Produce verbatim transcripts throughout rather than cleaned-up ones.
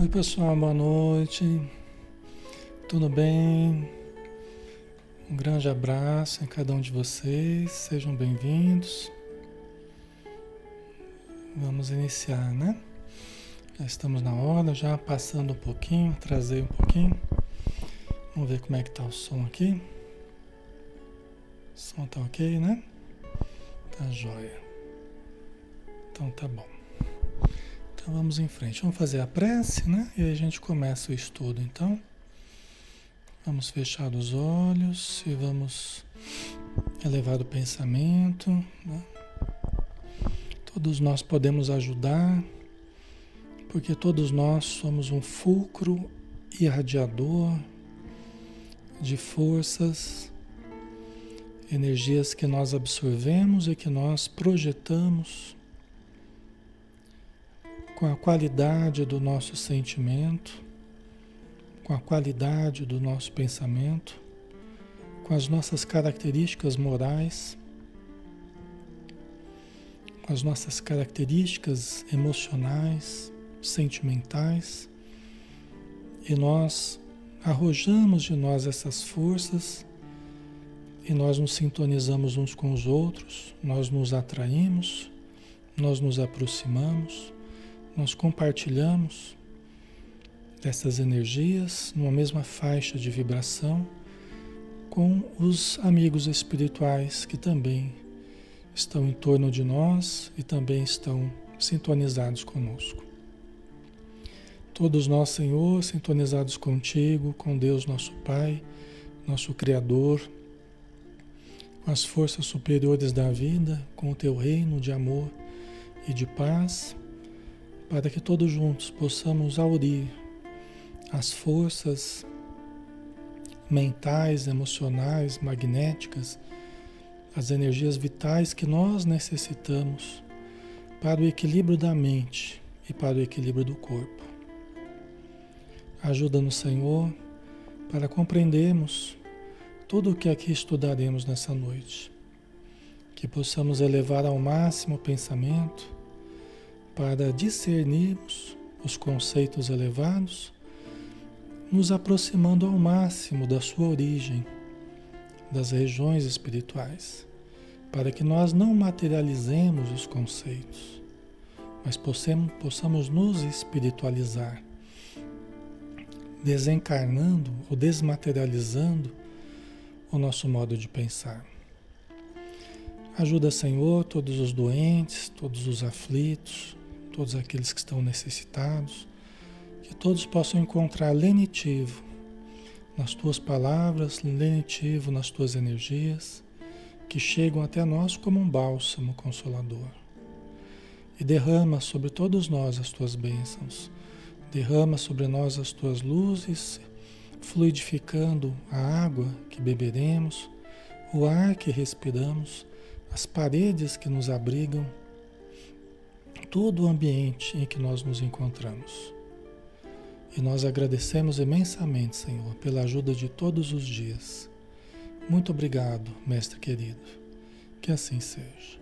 Oi pessoal, boa noite. Tudo bem? Um grande abraço em cada um de vocês. Sejam bem-vindos. Vamos iniciar, né? Já estamos na hora, já passando um pouquinho, atrasei um pouquinho. Vamos ver como é que tá o som aqui. O som tá ok, né? Tá jóia. Então tá bom. Então vamos em frente. Vamos fazer a prece, né? E aí a gente começa o estudo, então. Vamos fechar os olhos e vamos elevar o pensamento, né? Todos nós podemos ajudar, porque todos nós somos um fulcro irradiador de forças, energias que nós absorvemos e que nós projetamos com a qualidade do nosso sentimento, com a qualidade do nosso pensamento, com as nossas características morais, com as nossas características emocionais, sentimentais, e nós arrojamos de nós essas forças e nós nos sintonizamos uns com os outros, nós nos atraímos, nós nos aproximamos, nós compartilhamos dessas energias numa mesma faixa de vibração com os amigos espirituais que também estão em torno de nós e também estão sintonizados conosco. Todos nós, Senhor, sintonizados contigo, com Deus nosso Pai, nosso Criador, com as forças superiores da vida, com o teu reino de amor e de paz, para que todos juntos possamos aurir as forças mentais, emocionais, magnéticas, as energias vitais que nós necessitamos para o equilíbrio da mente e para o equilíbrio do corpo. Ajuda-nos, Senhor, para compreendermos tudo o que aqui estudaremos nessa noite. Que possamos elevar ao máximo o pensamento para discernirmos os conceitos elevados, nos aproximando ao máximo da sua origem, das regiões espirituais, para que nós não materializemos os conceitos, mas possamos, possamos nos espiritualizar, desencarnando ou desmaterializando o nosso modo de pensar. Ajuda, Senhor, todos os doentes, todos os aflitos, todos aqueles que estão necessitados, que todos possam encontrar lenitivo nas tuas palavras, lenitivo nas tuas energias, que chegam até nós como um bálsamo consolador. E derrama sobre todos nós as tuas bênçãos, derrama sobre nós as tuas luzes, fluidificando a água que beberemos, o ar que respiramos, as paredes que nos abrigam, todo o ambiente em que nós nos encontramos. E nós agradecemos imensamente, Senhor, pela ajuda de todos os dias. Muito obrigado, Mestre querido. Que assim seja.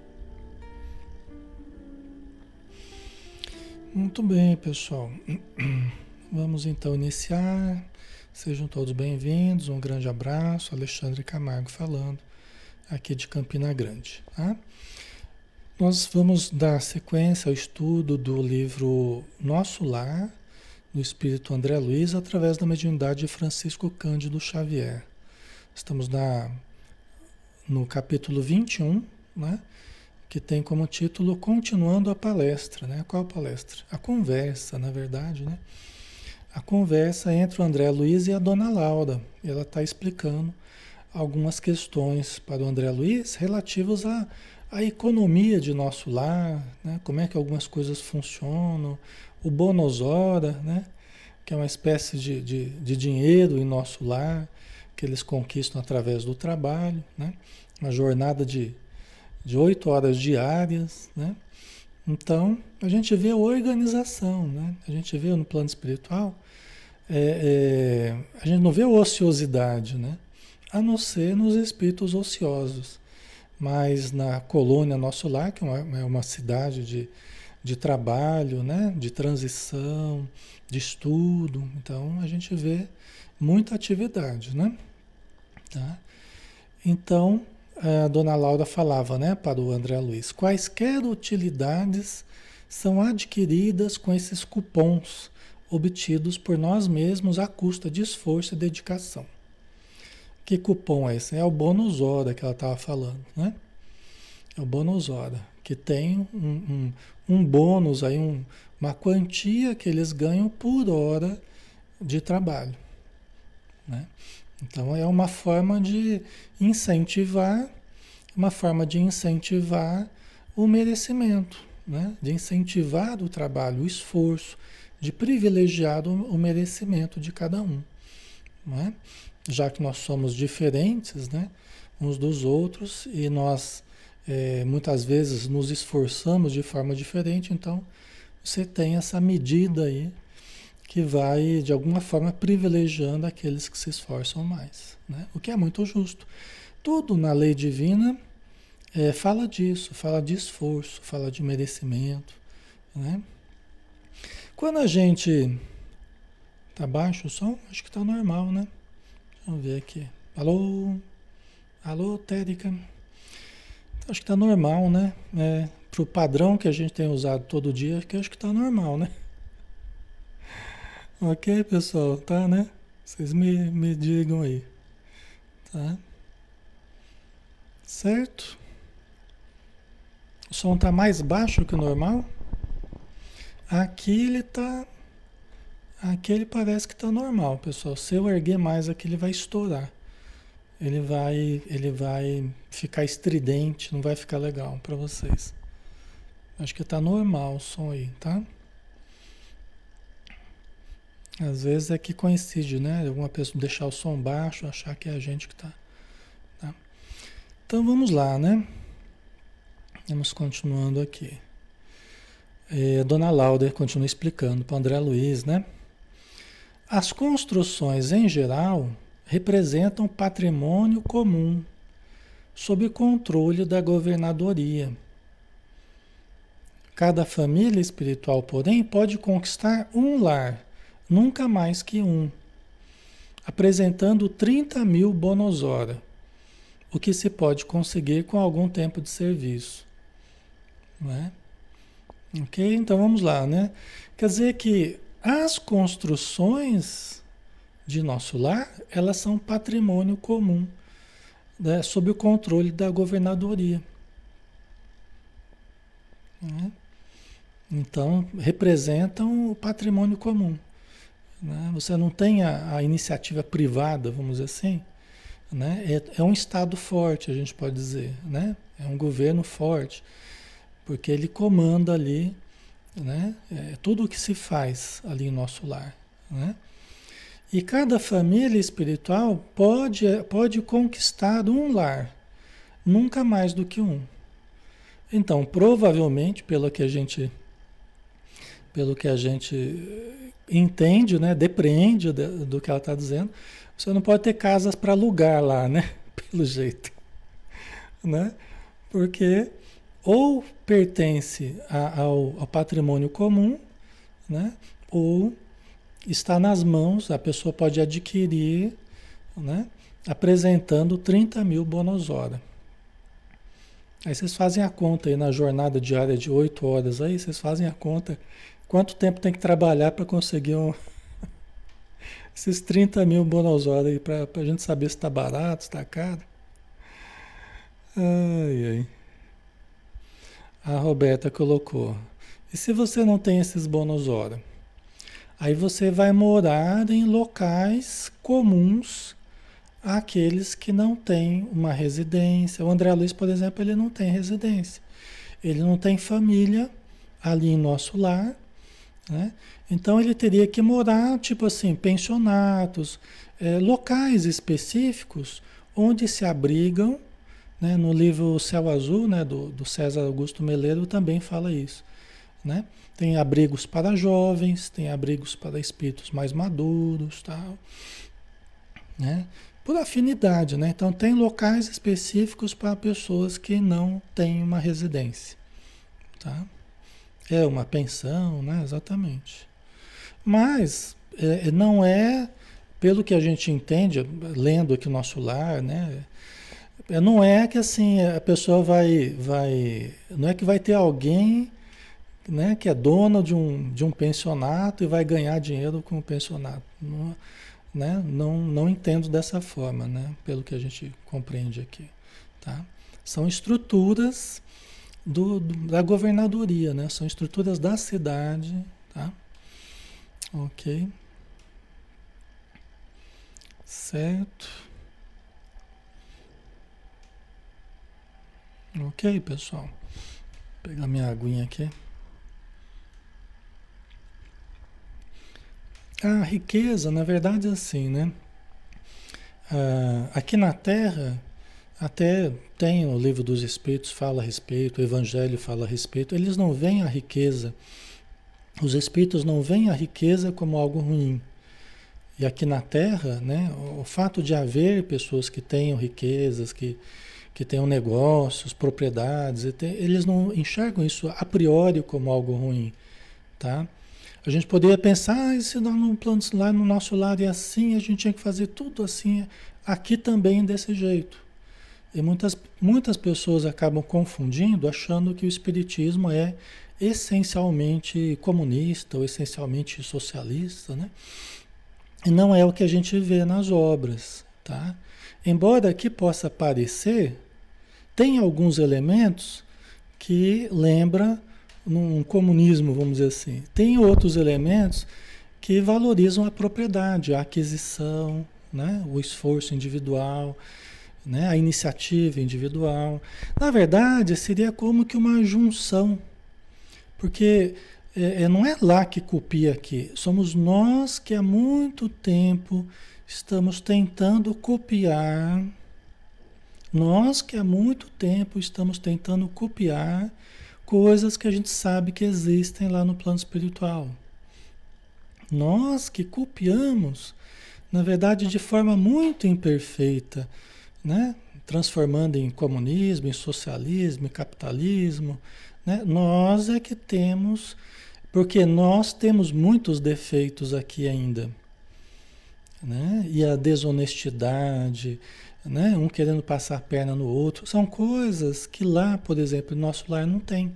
Muito bem, pessoal. Vamos então iniciar. Sejam todos bem-vindos. Um grande abraço. Alexandre Camargo falando, aqui de Campina Grande. Tá? Nós vamos dar sequência ao estudo do livro Nosso Lar, do Espírito André Luiz, através da mediunidade de Francisco Cândido Xavier. Estamos na, no capítulo vinte e um, né, que tem como título Continuando a Palestra. Né? Qual a palestra? A conversa, na verdade. Né? A conversa entre o André Luiz e a Dona Laura. Ela está explicando algumas questões para o André Luiz relativas à, à economia de nosso lar, né? Como é que algumas coisas funcionam, o bônus hora, né? Que é uma espécie de, de, de dinheiro em nosso lar, que eles conquistam através do trabalho, né? Uma jornada de, de oito horas diárias, né? Então, a gente vê a organização, né? A gente vê no plano espiritual, é, é, a gente não vê ociosidade, né? A não ser nos espíritos ociosos. mas na colônia Nosso Lar, que é uma, é uma cidade de, de trabalho, né? De transição, de estudo. Então a gente vê muita atividade, né? Tá? Então a dona Laura falava, né, para o André Luiz, quaisquer utilidades são adquiridas com esses cupons obtidos por nós mesmos à custa de esforço e dedicação. Que cupom é esse? É o bônus hora que ela estava falando, né? É o bônus hora, que tem um, um, um bônus aí, um, uma quantia que eles ganham por hora de trabalho, né? Então é uma forma de incentivar, uma forma de incentivar o merecimento, né? De incentivar o trabalho, o esforço, de privilegiar o, o merecimento de cada um, não é? Já que nós somos diferentes, né, uns dos outros e nós é, muitas vezes nos esforçamos de forma diferente, então você tem essa medida aí que vai, de alguma forma, privilegiando aqueles que se esforçam mais, né? O que é muito justo. Tudo na lei divina é, fala disso, fala de esforço, fala de merecimento, né? Quando a gente... Tá baixo o som? Acho que tá normal, né? Vamos ver aqui. Alô? Alô, Térica? Acho que tá normal, né? É, pro padrão que a gente tem usado todo dia, que acho que tá normal, né? Ok, pessoal, tá, né? Vocês me, me digam aí, tá? Certo? O som tá mais baixo que o normal? Aqui ele tá... Aqui ele parece que tá normal, pessoal. Se eu erguer mais aqui, ele vai estourar. Ele vai, ele vai ficar estridente, não vai ficar legal para vocês. Acho que tá normal o som aí, tá? Às vezes é que coincide, né? Alguma pessoa deixar o som baixo, achar que é a gente que tá, tá? Então vamos lá, né? Vamos continuando aqui. É, Dona Lauder continua explicando para André Luiz, né? As construções em geral representam patrimônio comum sob controle da governadoria. Cada família espiritual, porém, pode conquistar um lar, nunca mais que um, apresentando trinta mil bônus hora, o que se pode conseguir com algum tempo de serviço. Não é? Ok? Então vamos lá, né? Quer dizer que as construções de nosso lar, elas são patrimônio comum, né? Sob o controle da governadoria. Né? Então, representam o patrimônio comum. Né? Você não tem a, a iniciativa privada, vamos dizer assim. Né? É, é um Estado forte, a gente pode dizer. Né? É um governo forte, porque ele comanda ali, né? É, tudo o que se faz ali em nosso lar. Né? E cada família espiritual pode, pode conquistar um lar, nunca mais do que um. Então, provavelmente, pelo que a gente, pelo que a gente entende, né, depreende do, do que ela está dizendo, você não pode ter casas para alugar lá, né? Pelo jeito, né? Porque ou pertence a, ao, ao patrimônio comum, né? Ou está nas mãos, a pessoa pode adquirir, né? Apresentando trinta mil bônus hora. Aí vocês fazem a conta aí na jornada diária de oito horas aí, vocês fazem a conta quanto tempo tem que trabalhar para conseguir um, esses trinta mil bônus hora aí, para a gente saber se está barato, se está caro. Ai, ai. A Roberta colocou. E se você não tem esses bônus hora? Aí você vai morar em locais comuns àqueles que não têm uma residência. O André Luiz, por exemplo, ele não tem residência. Ele não tem família ali em nosso lar, né? Então ele teria que morar, tipo assim, pensionatos, é, locais específicos onde se abrigam, né? No livro Céu Azul, né, do, do César Augusto Meleiro, também fala isso, né? Tem abrigos para jovens, tem abrigos para espíritos mais maduros, tal, né? Por afinidade, né? Então tem locais específicos para pessoas que não têm uma residência, tá? É uma pensão, né? Exatamente. Mas é, não é, pelo que a gente entende, lendo aqui o Nosso Lar, né? É, não é que assim a pessoa vai, vai, não é que vai ter alguém, né, que é dono de um, de um pensionato e vai ganhar dinheiro com o pensionato. Não, né? Não, não entendo dessa forma, né? Pelo que a gente compreende aqui, tá? São estruturas do, do- da governadoria, né? São estruturas da cidade, tá? Ok, certo. Ok, pessoal. Vou pegar minha aguinha aqui. A riqueza, na verdade, é assim, né? Ah, aqui na Terra, até tem o livro dos Espíritos fala a respeito, o Evangelho fala a respeito. Eles não veem a riqueza, os Espíritos não veem a riqueza como algo ruim. E aqui na Terra, né, o fato de haver pessoas que tenham riquezas, que, que tenham negócios, propriedades, e tem- eles não enxergam isso a priori como algo ruim, tá? A gente poderia pensar, ah, e se lá no plano, lá no nosso lado é assim, a gente tinha que fazer tudo assim, aqui também desse jeito. E muitas, muitas pessoas acabam confundindo, achando que o espiritismo é essencialmente comunista ou essencialmente socialista, né? E não é o que a gente vê nas obras, tá? Embora aqui possa parecer, tem alguns elementos que lembra num comunismo, vamos dizer assim. Tem outros elementos que valorizam a propriedade, a aquisição, né? O esforço individual, né? A iniciativa individual. Na verdade, seria como que uma junção, porque é, é, não é lá que copia aqui, somos nós que há muito tempo estamos tentando copiar, nós que há muito tempo estamos tentando copiar coisas que a gente sabe que existem lá no plano espiritual. Nós que copiamos, na verdade, de forma muito imperfeita, né? Transformando em comunismo, em socialismo, em capitalismo, né? Nós é que temos, porque nós temos muitos defeitos aqui ainda, né? E a desonestidade, né? Um querendo passar a perna no outro, são coisas que lá, por exemplo, no nosso lar não tem.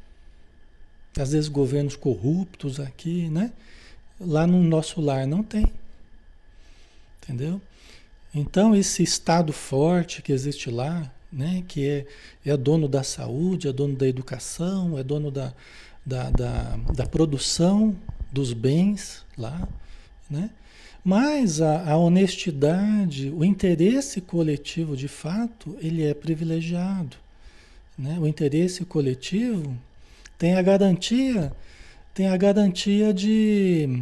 Às vezes governos corruptos aqui, né? Lá no nosso lar não tem, entendeu? Então, esse Estado forte que existe lá, né, que é, é dono da saúde, é dono da educação, é dono da, da, da, da produção dos bens lá, né? Mas a, a honestidade, o interesse coletivo, de fato, ele é privilegiado, né? O interesse coletivo tem a garantia, tem a garantia de,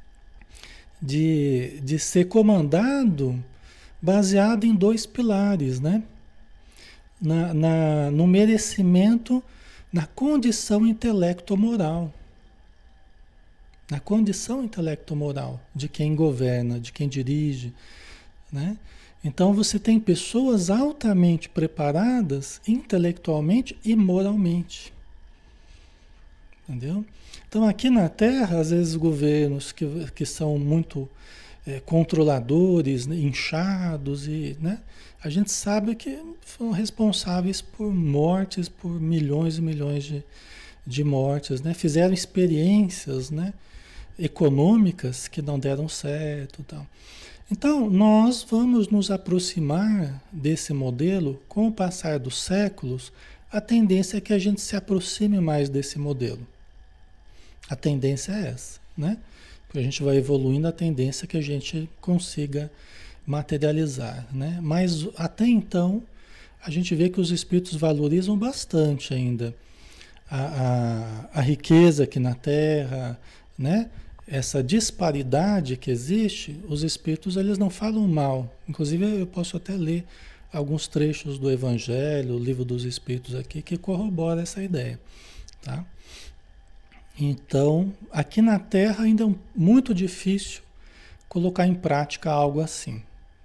de, de ser comandado baseado em dois pilares, né? Na, na, no merecimento, na condição intelecto-moral. Na condição intelecto-moral de quem governa, de quem dirige, né? Então você tem pessoas altamente preparadas intelectualmente e moralmente. Entendeu? Então aqui na Terra, às vezes governos que, que são muito é, controladores, né, inchados e, né, a gente sabe que são responsáveis por mortes, por milhões e milhões de, de mortes, né? Fizeram experiências, né, econômicas que não deram certo, tal. Então nós vamos nos aproximar desse modelo com o passar dos séculos. A tendência é que a gente se aproxime mais desse modelo. A tendência é essa, né? Porque a gente vai evoluindo, a tendência é que a gente consiga materializar, né? Mas até então, a gente vê que os espíritos valorizam bastante ainda a, a, a riqueza aqui na Terra, né? Essa disparidade que existe, os espíritos eles não falam mal. Inclusive eu posso até ler alguns trechos do Evangelho, o Livro dos Espíritos aqui, que corrobora essa ideia, tá? Então, aqui na Terra ainda é muito difícil colocar em prática algo assim,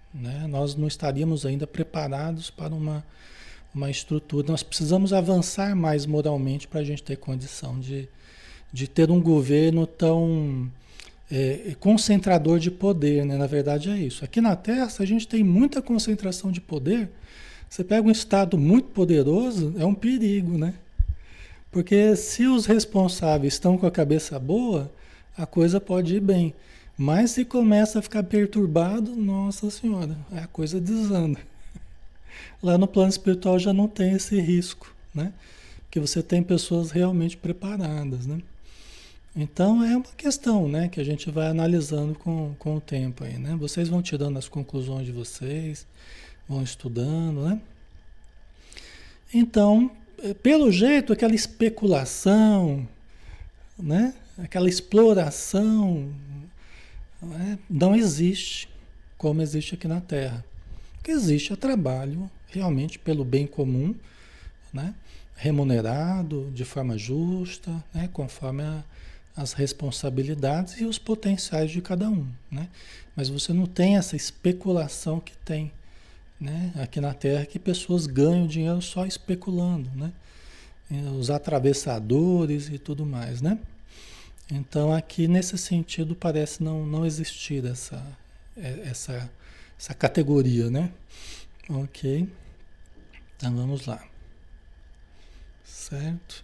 né? Nós não estaríamos ainda preparados para uma, uma estrutura. Nós precisamos avançar mais moralmente para a gente ter condição de, de ter um governo tão é, concentrador de poder, né? Na verdade é isso. Aqui na Terra, se a gente tem muita concentração de poder, você pega um Estado muito poderoso, é um perigo, né? Porque se os responsáveis estão com a cabeça boa, a coisa pode ir bem. Mas se começa a ficar perturbado, nossa senhora, a coisa desanda. Lá no plano espiritual já não tem esse risco, né? Porque você tem pessoas realmente preparadas, né? Então é uma questão, né, que a gente vai analisando com, com o tempo aí, né? Vocês vão tirando as conclusões de vocês, vão estudando, né? Então, eh, pelo jeito, aquela especulação, né? Aquela exploração, né? Não existe como existe aqui na Terra. O que existe é trabalho realmente pelo bem comum, né? Remunerado de forma justa, né? Conforme a, as responsabilidades e os potenciais de cada um, né? Mas você não tem essa especulação que tem, né? Aqui na Terra, que pessoas ganham dinheiro só especulando, né? Os atravessadores e tudo mais, né? Então aqui nesse sentido parece não, não existir essa, essa, essa categoria, né? Ok, então vamos lá, certo?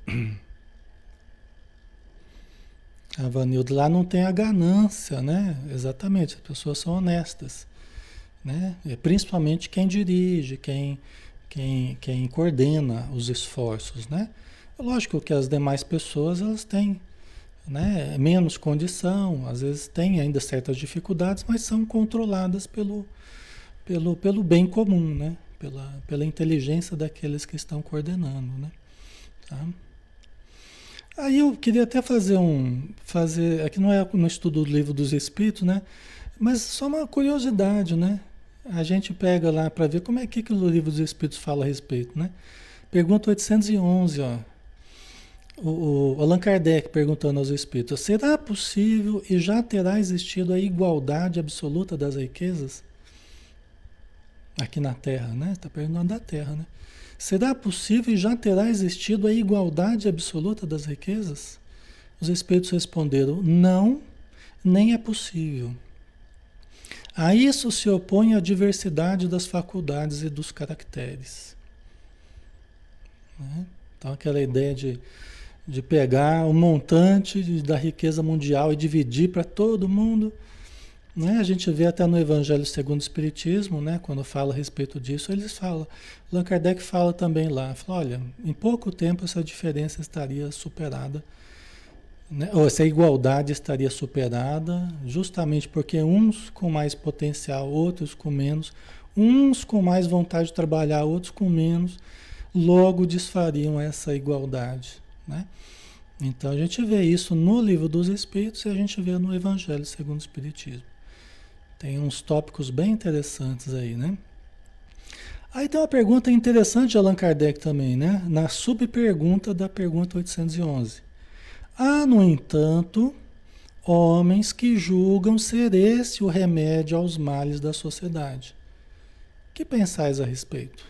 A Vanilda, lá não tem a ganância, né? Exatamente, as pessoas são honestas, né? E principalmente quem dirige, quem, quem, quem coordena os esforços, né? É lógico que as demais pessoas, elas têm, né, menos condição, às vezes têm ainda certas dificuldades, mas são controladas pelo, pelo, pelo bem comum, né? Pela, pela inteligência daqueles que estão coordenando, né? Tá? Aí eu queria até fazer um, fazer, aqui não é no estudo do Livro dos Espíritos, né? Mas só uma curiosidade, né? A gente pega lá para ver como é que, que o Livro dos Espíritos fala a respeito, né? Pergunta oitocentos e onze, ó. O, o Allan Kardec perguntando aos espíritos: será possível e já terá existido a igualdade absoluta das riquezas? Aqui na Terra, né? Está perguntando da Terra, né? Será possível e já terá existido a igualdade absoluta das riquezas? Os espíritos responderam: não, nem é possível. A isso se opõe a diversidade das faculdades e dos caracteres. Né? Então aquela ideia de de pegar o montante de, da riqueza mundial e dividir para todo mundo, né? A gente vê até no Evangelho segundo o Espiritismo, né? Quando fala a respeito disso, eles falam, Allan Kardec fala também lá, fala, olha, em pouco tempo essa diferença estaria superada, né? Ou essa igualdade estaria superada, justamente porque uns com mais potencial, outros com menos, uns com mais vontade de trabalhar, outros com menos, logo desfariam essa igualdade. Né? Então a gente vê isso no Livro dos Espíritos e a gente vê no Evangelho segundo o Espiritismo. Tem uns tópicos bem interessantes aí, né? Aí tem uma pergunta interessante de Allan Kardec também, né? Na subpergunta da pergunta oitocentos e onze. Há, no entanto, homens que julgam ser esse o remédio aos males da sociedade. Que pensais a respeito?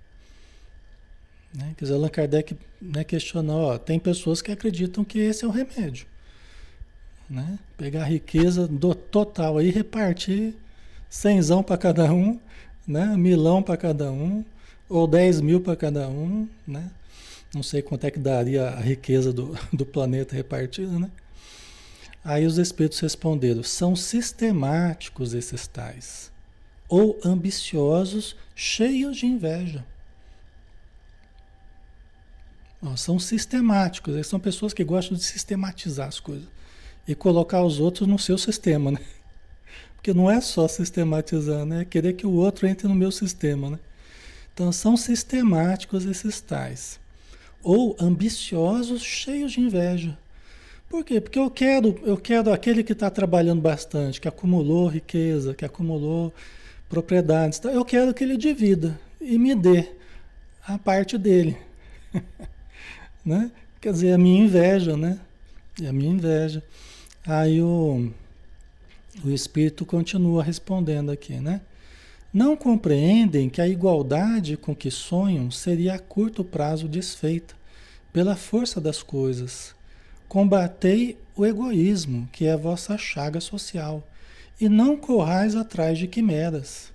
Né? Quer dizer, Allan Kardec, né, questionou, ó, tem pessoas que acreditam que esse é o remédio. Né? Pegar a riqueza do total aí, repartir cenzão para cada um, né? Milão para cada um, ou dez mil para cada um, né? Não sei quanto é que daria a riqueza do, do planeta repartida, né? Aí os espíritos responderam, são sistemáticos esses tais, ou ambiciosos, cheios de inveja. São sistemáticos, eles são pessoas que gostam de sistematizar as coisas e colocar os outros no seu sistema, né? Porque não é só sistematizar, né? É querer que o outro entre no meu sistema, né? Então são sistemáticos esses tais, ou ambiciosos, cheios de inveja. Por quê? Porque eu quero, eu quero aquele que está trabalhando bastante, que acumulou riqueza, que acumulou propriedades, tá? Eu quero que ele divida e me dê a parte dele. Né? Quer dizer, a minha inveja, né? É a minha inveja. Aí o, o Espírito continua respondendo aqui, né? Não compreendem que a igualdade com que sonham seria a curto prazo desfeita pela força das coisas. Combatei o egoísmo, que é a vossa chaga social, e não corrais atrás de quimeras.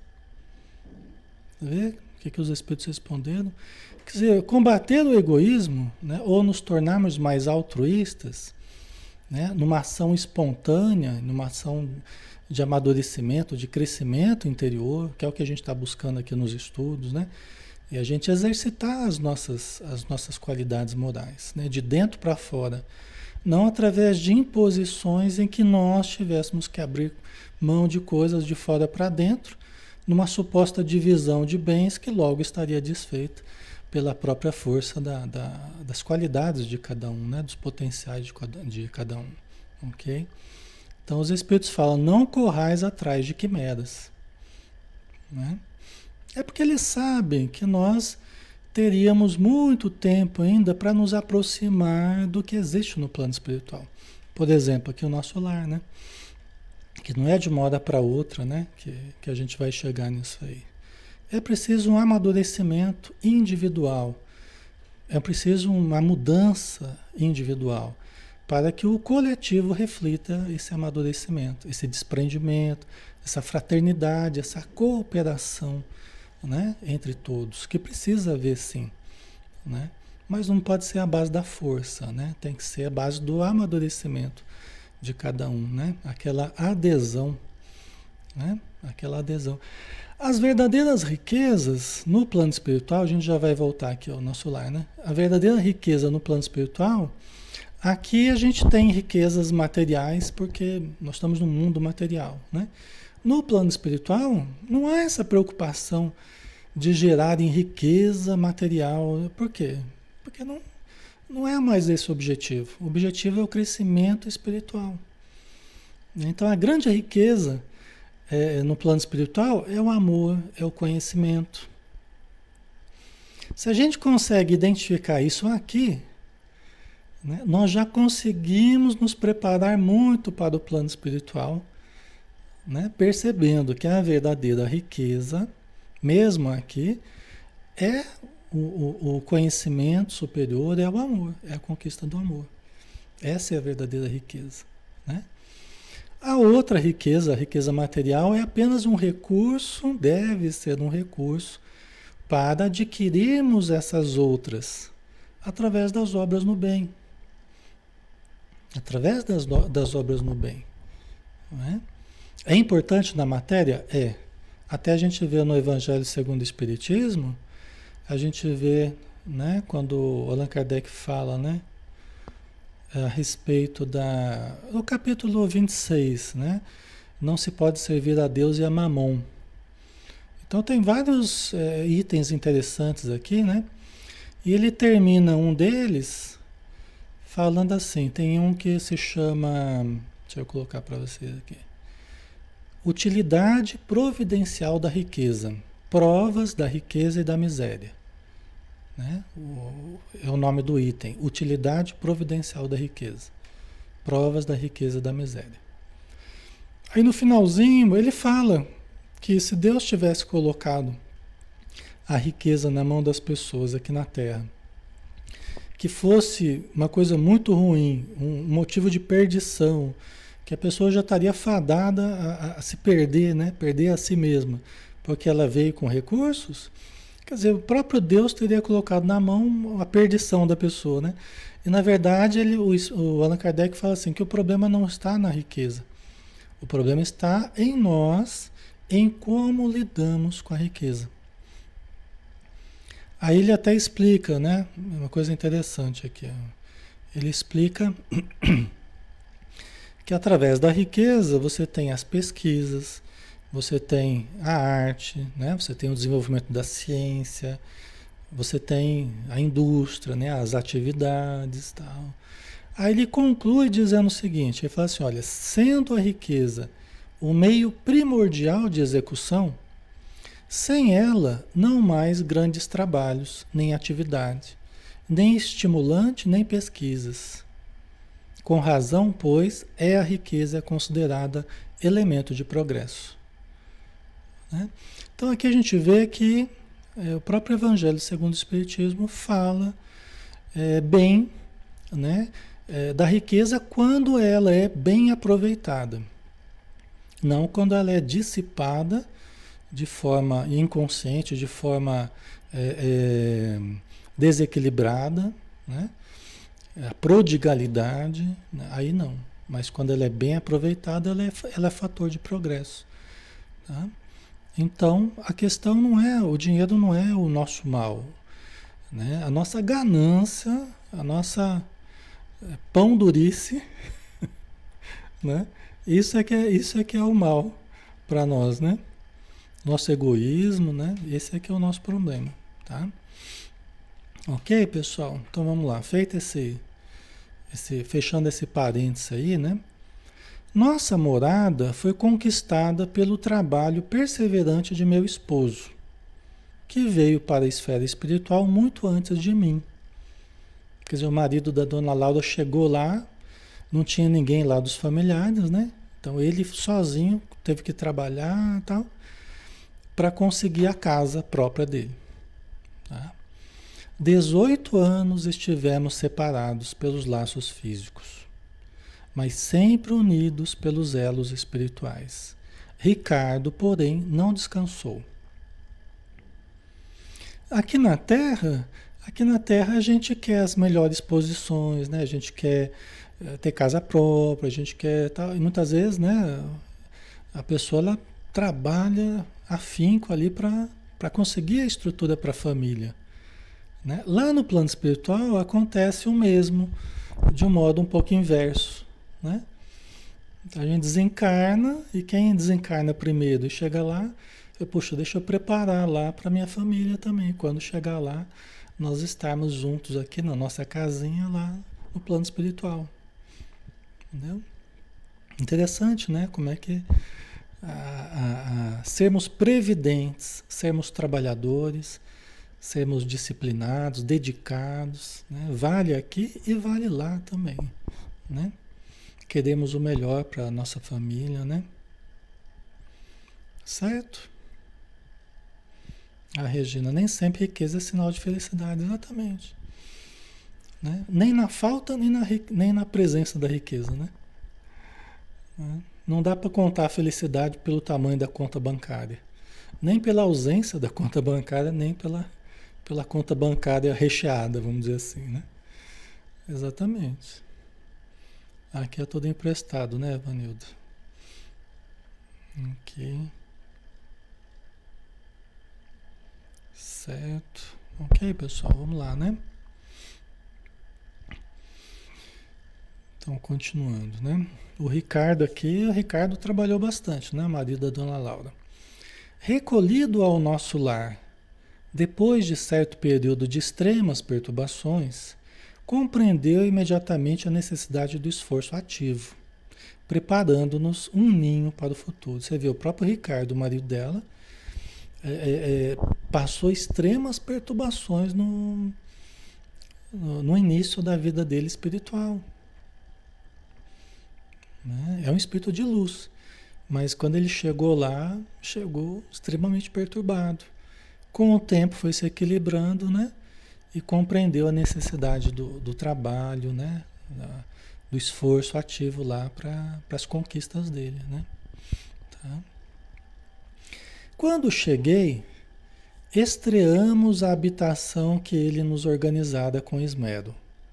Vê o que, que os Espíritos responderam? Quer dizer, combater o egoísmo, né, ou nos tornarmos mais altruístas, né, numa ação espontânea, numa ação de amadurecimento, de crescimento interior, que é o que a gente está buscando aqui nos estudos, né? E a gente exercitar as nossas, as nossas qualidades morais, né, de dentro para fora. Não através de imposições em que nós tivéssemos que abrir mão de coisas de fora para dentro, numa suposta divisão de bens que logo estaria desfeita pela própria força da, da, das qualidades de cada um, né? Dos potenciais de cada, de cada um. Ok? Então os Espíritos falam, não corrais atrás de quimeras. Né? É porque eles sabem que nós teríamos muito tempo ainda para nos aproximar do que existe no plano espiritual. Por exemplo, aqui o nosso lar, né? Que não é de uma hora para outra, né? Que, que a gente vai chegar nisso aí. É preciso um amadurecimento individual. É preciso uma mudança individual para que o coletivo reflita esse amadurecimento, esse desprendimento, essa fraternidade, essa cooperação, né, entre todos, que precisa haver sim, né? Mas não pode ser a base da força, né? Tem que ser a base do amadurecimento de cada um, né? Aquela adesão, né? Aquela adesão. As verdadeiras riquezas no plano espiritual, a gente já vai voltar aqui ao nosso lar, né? A verdadeira riqueza no plano espiritual, aqui a gente tem riquezas materiais porque nós estamos no mundo material, né? No plano espiritual, não há essa preocupação de gerar em riqueza material. Por quê? Porque não, não é mais esse o objetivo. O objetivo é o crescimento espiritual. Então, a grande riqueza é, no plano espiritual é o amor, é o conhecimento. Se a gente consegue identificar isso aqui, né, nós já conseguimos nos preparar muito para o plano espiritual, né, percebendo que a verdadeira riqueza, mesmo aqui, é o, o, o conhecimento superior, é o amor, é a conquista do amor. Essa é a verdadeira riqueza, né? A outra riqueza, a riqueza material, é apenas um recurso, deve ser um recurso para adquirirmos essas outras através das obras no bem. Através das, das obras no bem. Não é? É importante na matéria? É. Até a gente vê no Evangelho segundo o Espiritismo, a gente vê, né, quando Allan Kardec fala, né, a respeito da... no capítulo vinte e seis, né, não se pode servir a Deus e a Mamon. Então tem vários é, itens interessantes aqui, né, e ele termina um deles falando assim, tem um que se chama... deixa eu colocar para vocês aqui. Utilidade providencial da riqueza. Provas da riqueza e da miséria. Né? O, é o nome do item. Utilidade providencial da riqueza. Provas da riqueza e da miséria. Aí no finalzinho ele fala que se Deus tivesse colocado a riqueza na mão das pessoas aqui na Terra, que fosse uma coisa muito ruim, um motivo de perdição, que a pessoa já estaria fadada a, a se perder, né? Perder a si mesma, porque ela veio com recursos. Quer dizer, o próprio Deus teria colocado na mão a perdição da pessoa, né? E na verdade, ele, o, o Allan Kardec fala assim, que o problema não está na riqueza. O problema está em nós, em como lidamos com a riqueza. Aí ele até explica, né? Uma coisa interessante aqui. Ele explica... que através da riqueza você tem as pesquisas, você tem a arte, né? Você tem o desenvolvimento da ciência, você tem a indústria, né? As atividades e tal. Aí ele conclui dizendo o seguinte, ele fala assim, olha, sendo a riqueza o meio primordial de execução, sem ela não mais grandes trabalhos, nem atividade, nem estimulante, nem pesquisas. Com razão, pois, é a riqueza considerada elemento de progresso. né? Então aqui a gente vê que é, o próprio Evangelho segundo o Espiritismo fala é, bem, né, é, da riqueza quando ela é bem aproveitada, não quando ela é dissipada de forma inconsciente, de forma é, é, desequilibrada, né? A prodigalidade, né? Aí não. Mas quando ela é bem aproveitada, ela é, ela é fator de progresso. Tá? Então, a questão não é, o dinheiro não é o nosso mal, né? A nossa ganância, a nossa é, pão durice, né? Isso é que é, isso é que é o mal para nós, né? Nosso egoísmo, né? Esse é que é o nosso problema, tá? Ok, pessoal? Então vamos lá. Feito esse, esse, fechando esse parênteses aí, né? Nossa morada foi conquistada pelo trabalho perseverante de meu esposo, que veio para a esfera espiritual muito antes de mim. Quer dizer, o marido da dona Laura chegou lá, não tinha ninguém lá dos familiares, né? Então ele sozinho teve que trabalhar e tal, para conseguir a casa própria dele. Tá? dezoito anos estivemos separados pelos laços físicos, mas sempre unidos pelos elos espirituais. Ricardo, porém, não descansou. Aqui na Terra, aqui na Terra a gente quer as melhores posições, né? A gente quer eh, ter casa própria, a gente quer tal, e muitas vezes, né, a pessoa ela trabalha afinco ali para para conseguir a estrutura para a família, né? Lá no plano espiritual acontece o mesmo, de um modo um pouco inverso, né? Então a gente desencarna e quem desencarna primeiro e chega lá, eu, puxa, deixa eu preparar lá para minha família também. Quando chegar lá, nós estarmos juntos aqui na nossa casinha lá no plano espiritual. Entendeu? Interessante, né? Como é que a, a, a, sermos previdentes, sermos trabalhadores, sermos disciplinados, dedicados, né? Vale aqui e vale lá também, né? Queremos o melhor para a nossa família, né? Certo? A Regina, nem sempre riqueza é sinal de felicidade, exatamente. Né? Nem na falta, nem na, nem na presença da riqueza, né? Não dá para contar a felicidade pelo tamanho da conta bancária. Nem pela ausência da conta bancária, nem pela, pela conta bancária recheada, vamos dizer assim, né? Exatamente. Aqui é todo emprestado, né, Vanildo? Ok. Certo. Ok, pessoal, vamos lá, né? Então, continuando, né? O Ricardo aqui, o Ricardo trabalhou bastante, né? Marido da dona Laura. Recolhido ao nosso lar, depois de certo período de extremas perturbações, compreendeu imediatamente a necessidade do esforço ativo, preparando-nos um ninho para o futuro. Você vê, o próprio Ricardo, o marido dela, é, é, passou extremas perturbações no, no, no início da vida dele espiritual. Né? É um espírito de luz, mas quando ele chegou lá, chegou extremamente perturbado. Com o tempo foi se equilibrando, né? E compreendeu a necessidade do, do trabalho, né? Da, do esforço ativo lá para as conquistas dele, né? Tá? Quando cheguei, estreamos a habitação que ele nos organizara com esmero.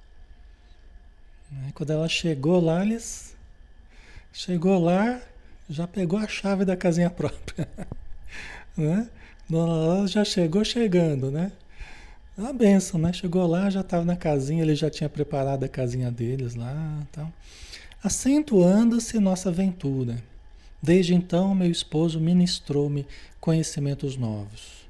Né? Quando ela chegou lá, eles... Chegou lá, já pegou a chave da casinha própria. Né? Ela já chegou chegando, né? Uma benção, né? Chegou lá, já estava na casinha, ele já tinha preparado a casinha deles lá. Então. Acentuando-se nossa aventura. Desde então, meu esposo ministrou-me conhecimentos novos.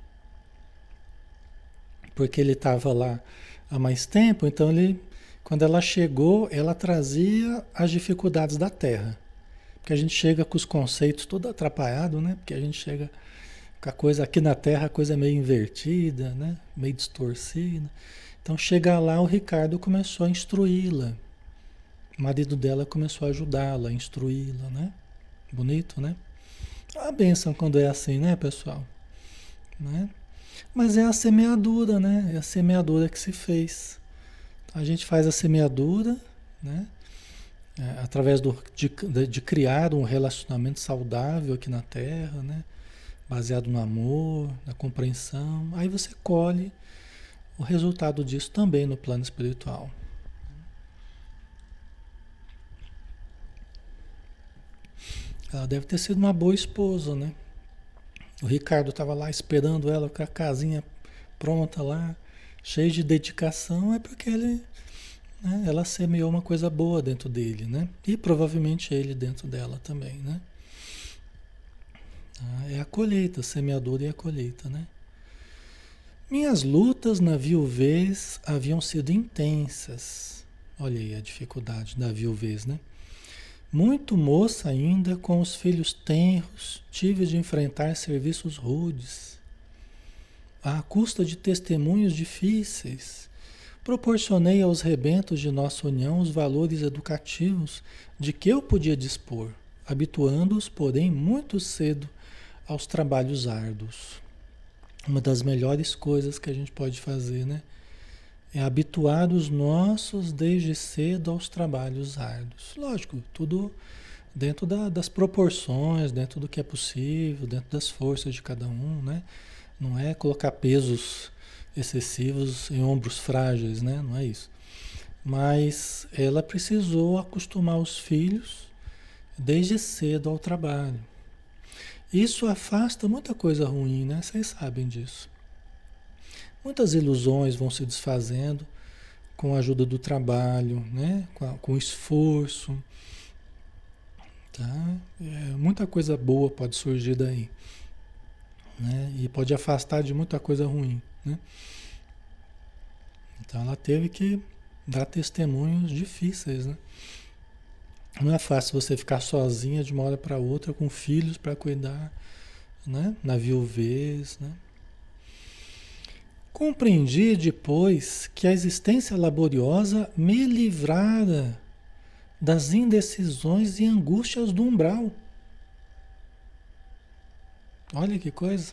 Porque ele estava lá há mais tempo, então ele, quando ela chegou, ela trazia as dificuldades da Terra. Porque a gente chega com os conceitos todo atrapalhado, né? Porque a gente chega com a coisa aqui na Terra, a coisa é meio invertida, né? Meio distorcida. Então, chega lá, o Ricardo começou a instruí-la. O marido dela começou a ajudá-la, a instruí-la, né? Bonito, né? A bênção quando é assim, né, pessoal? Né? Mas é a semeadura, né? É a semeadura que se fez. A gente faz a semeadura, né? É, através do, de, de, de criar um relacionamento saudável aqui na Terra, né? Baseado no amor, na compreensão. Aí você colhe o resultado disso também no plano espiritual. Ela deve ter sido uma boa esposa, né? O Ricardo estava lá esperando ela com a casinha pronta lá, cheia de dedicação, é porque ele, né, ela semeou uma coisa boa dentro dele, né? E provavelmente ele dentro dela também, né? Ah, é a colheita, a semeadura e a colheita, né? Minhas lutas na viuvez haviam sido intensas. Olha aí a dificuldade da viuvez, né? Muito moça ainda, com os filhos tenros, tive de enfrentar serviços rudes, à custa de testemunhos difíceis. Proporcionei aos rebentos de nossa união os valores educativos de que eu podia dispor, habituando-os, porém, muito cedo aos trabalhos árduos. Uma das melhores coisas que a gente pode fazer, né? É habituar os nossos desde cedo aos trabalhos árduos. Lógico, tudo dentro da, das proporções, dentro do que é possível, dentro das forças de cada um, né? Não é colocar pesos excessivos em ombros frágeis, né? Não é isso. Mas ela precisou acostumar os filhos desde cedo ao trabalho. Isso afasta muita coisa ruim, né? Vocês sabem disso. Muitas ilusões vão se desfazendo com a ajuda do trabalho, né? Com, a, com o esforço. Tá? É, muita coisa boa pode surgir daí. Né? E pode afastar de muita coisa ruim. Né? Então ela teve que dar testemunhos difíceis. Né? Não é fácil você ficar sozinha de uma hora para outra com filhos para cuidar, né? Na viuvez, né? Compreendi depois que a existência laboriosa me livrara das indecisões e angústias do umbral. Olha que coisa.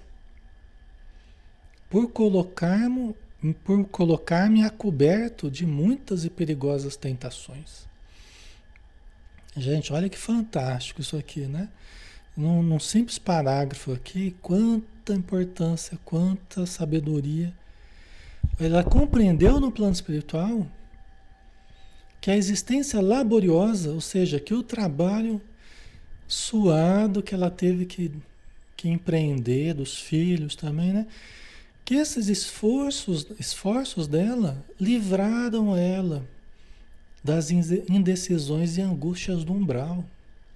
Por colocar-me, por colocar-me a coberto de muitas e perigosas tentações. Gente, olha que fantástico isso aqui, né? Num, num simples parágrafo aqui, quanta importância, quanta sabedoria. Ela compreendeu no plano espiritual que a existência laboriosa, ou seja, que o trabalho suado que ela teve que, que empreender, dos filhos também, né? Que esses esforços, esforços dela livraram ela das indecisões e angústias do umbral.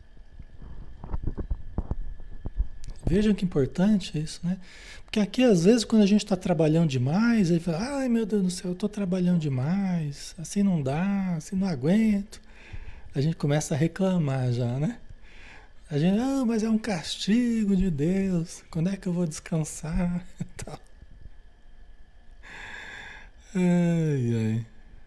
Vejam que importante isso, né? Porque aqui, às vezes, quando a gente está trabalhando demais, aí fala, ai meu Deus do céu, eu estou trabalhando demais, assim não dá, assim não aguento. A gente começa a reclamar já, né? A gente, ah, mas é um castigo de Deus, quando é que eu vou descansar? Tal. Ai, ai.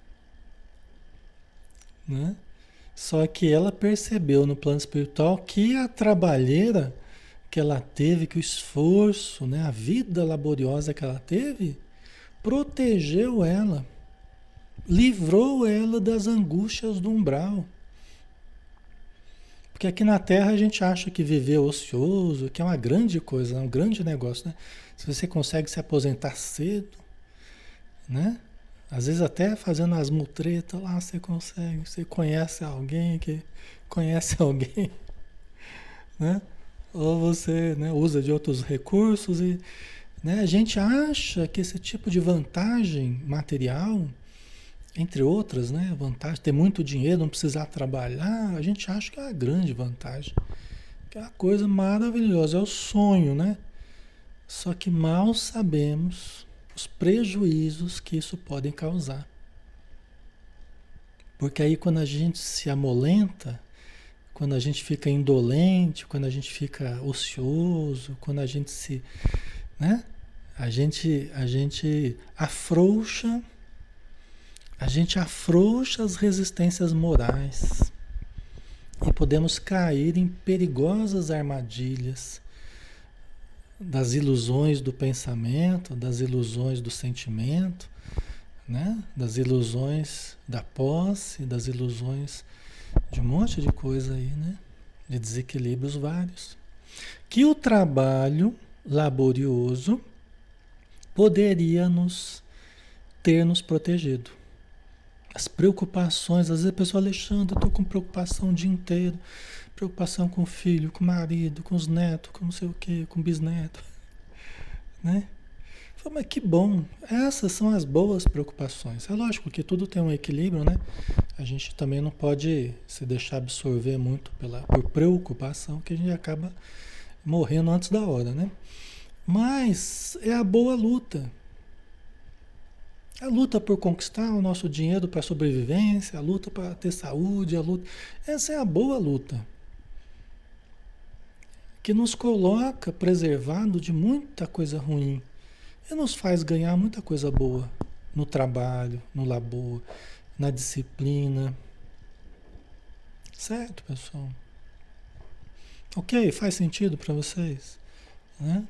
Né? Só que ela percebeu no plano espiritual que a trabalheira que ela teve, que o esforço, né, a vida laboriosa que ela teve, protegeu ela, livrou ela das angústias do umbral. Porque aqui na Terra a gente acha que viver ocioso, que é uma grande coisa, é um grande negócio, né? Se você consegue se aposentar cedo, né? Às vezes até fazendo as mutretas lá você consegue, você conhece alguém que conhece alguém, né? Ou você, né, usa de outros recursos e, né, a gente acha que esse tipo de vantagem material, entre outras, né, vantagem, ter muito dinheiro, não precisar trabalhar, a gente acha que é uma grande vantagem, que é uma coisa maravilhosa, é o sonho, né? Só que mal sabemos os prejuízos que isso pode causar. Porque aí quando a gente se amolenta, quando a gente fica indolente, quando a gente fica ocioso, quando a gente se, né? A gente, a gente afrouxa, a gente afrouxa as resistências morais e podemos cair em perigosas armadilhas das ilusões do pensamento, das ilusões do sentimento, né? Das ilusões da posse, das ilusões de um monte de coisa aí, né? De desequilíbrios vários. Que o trabalho laborioso poderia nos ter nos protegido. As preocupações, às vezes a pessoa, Alexandre, eu estou com preocupação o dia inteiro, preocupação com o filho, com o marido, com os netos, com não sei o quê, com o bisneto, né? Fala, mas que bom, essas são as boas preocupações. É lógico que tudo tem um equilíbrio, né? A gente também não pode se deixar absorver muito pela, por preocupação, que a gente acaba morrendo antes da hora, né? Mas é a boa luta. A luta por conquistar o nosso dinheiro para sobrevivência, a luta para ter saúde, a luta. Essa é a boa luta. Que nos coloca preservado de muita coisa ruim. E nos faz ganhar muita coisa boa no trabalho, no labor, na disciplina. Certo, pessoal? Ok? Faz sentido para vocês? Né?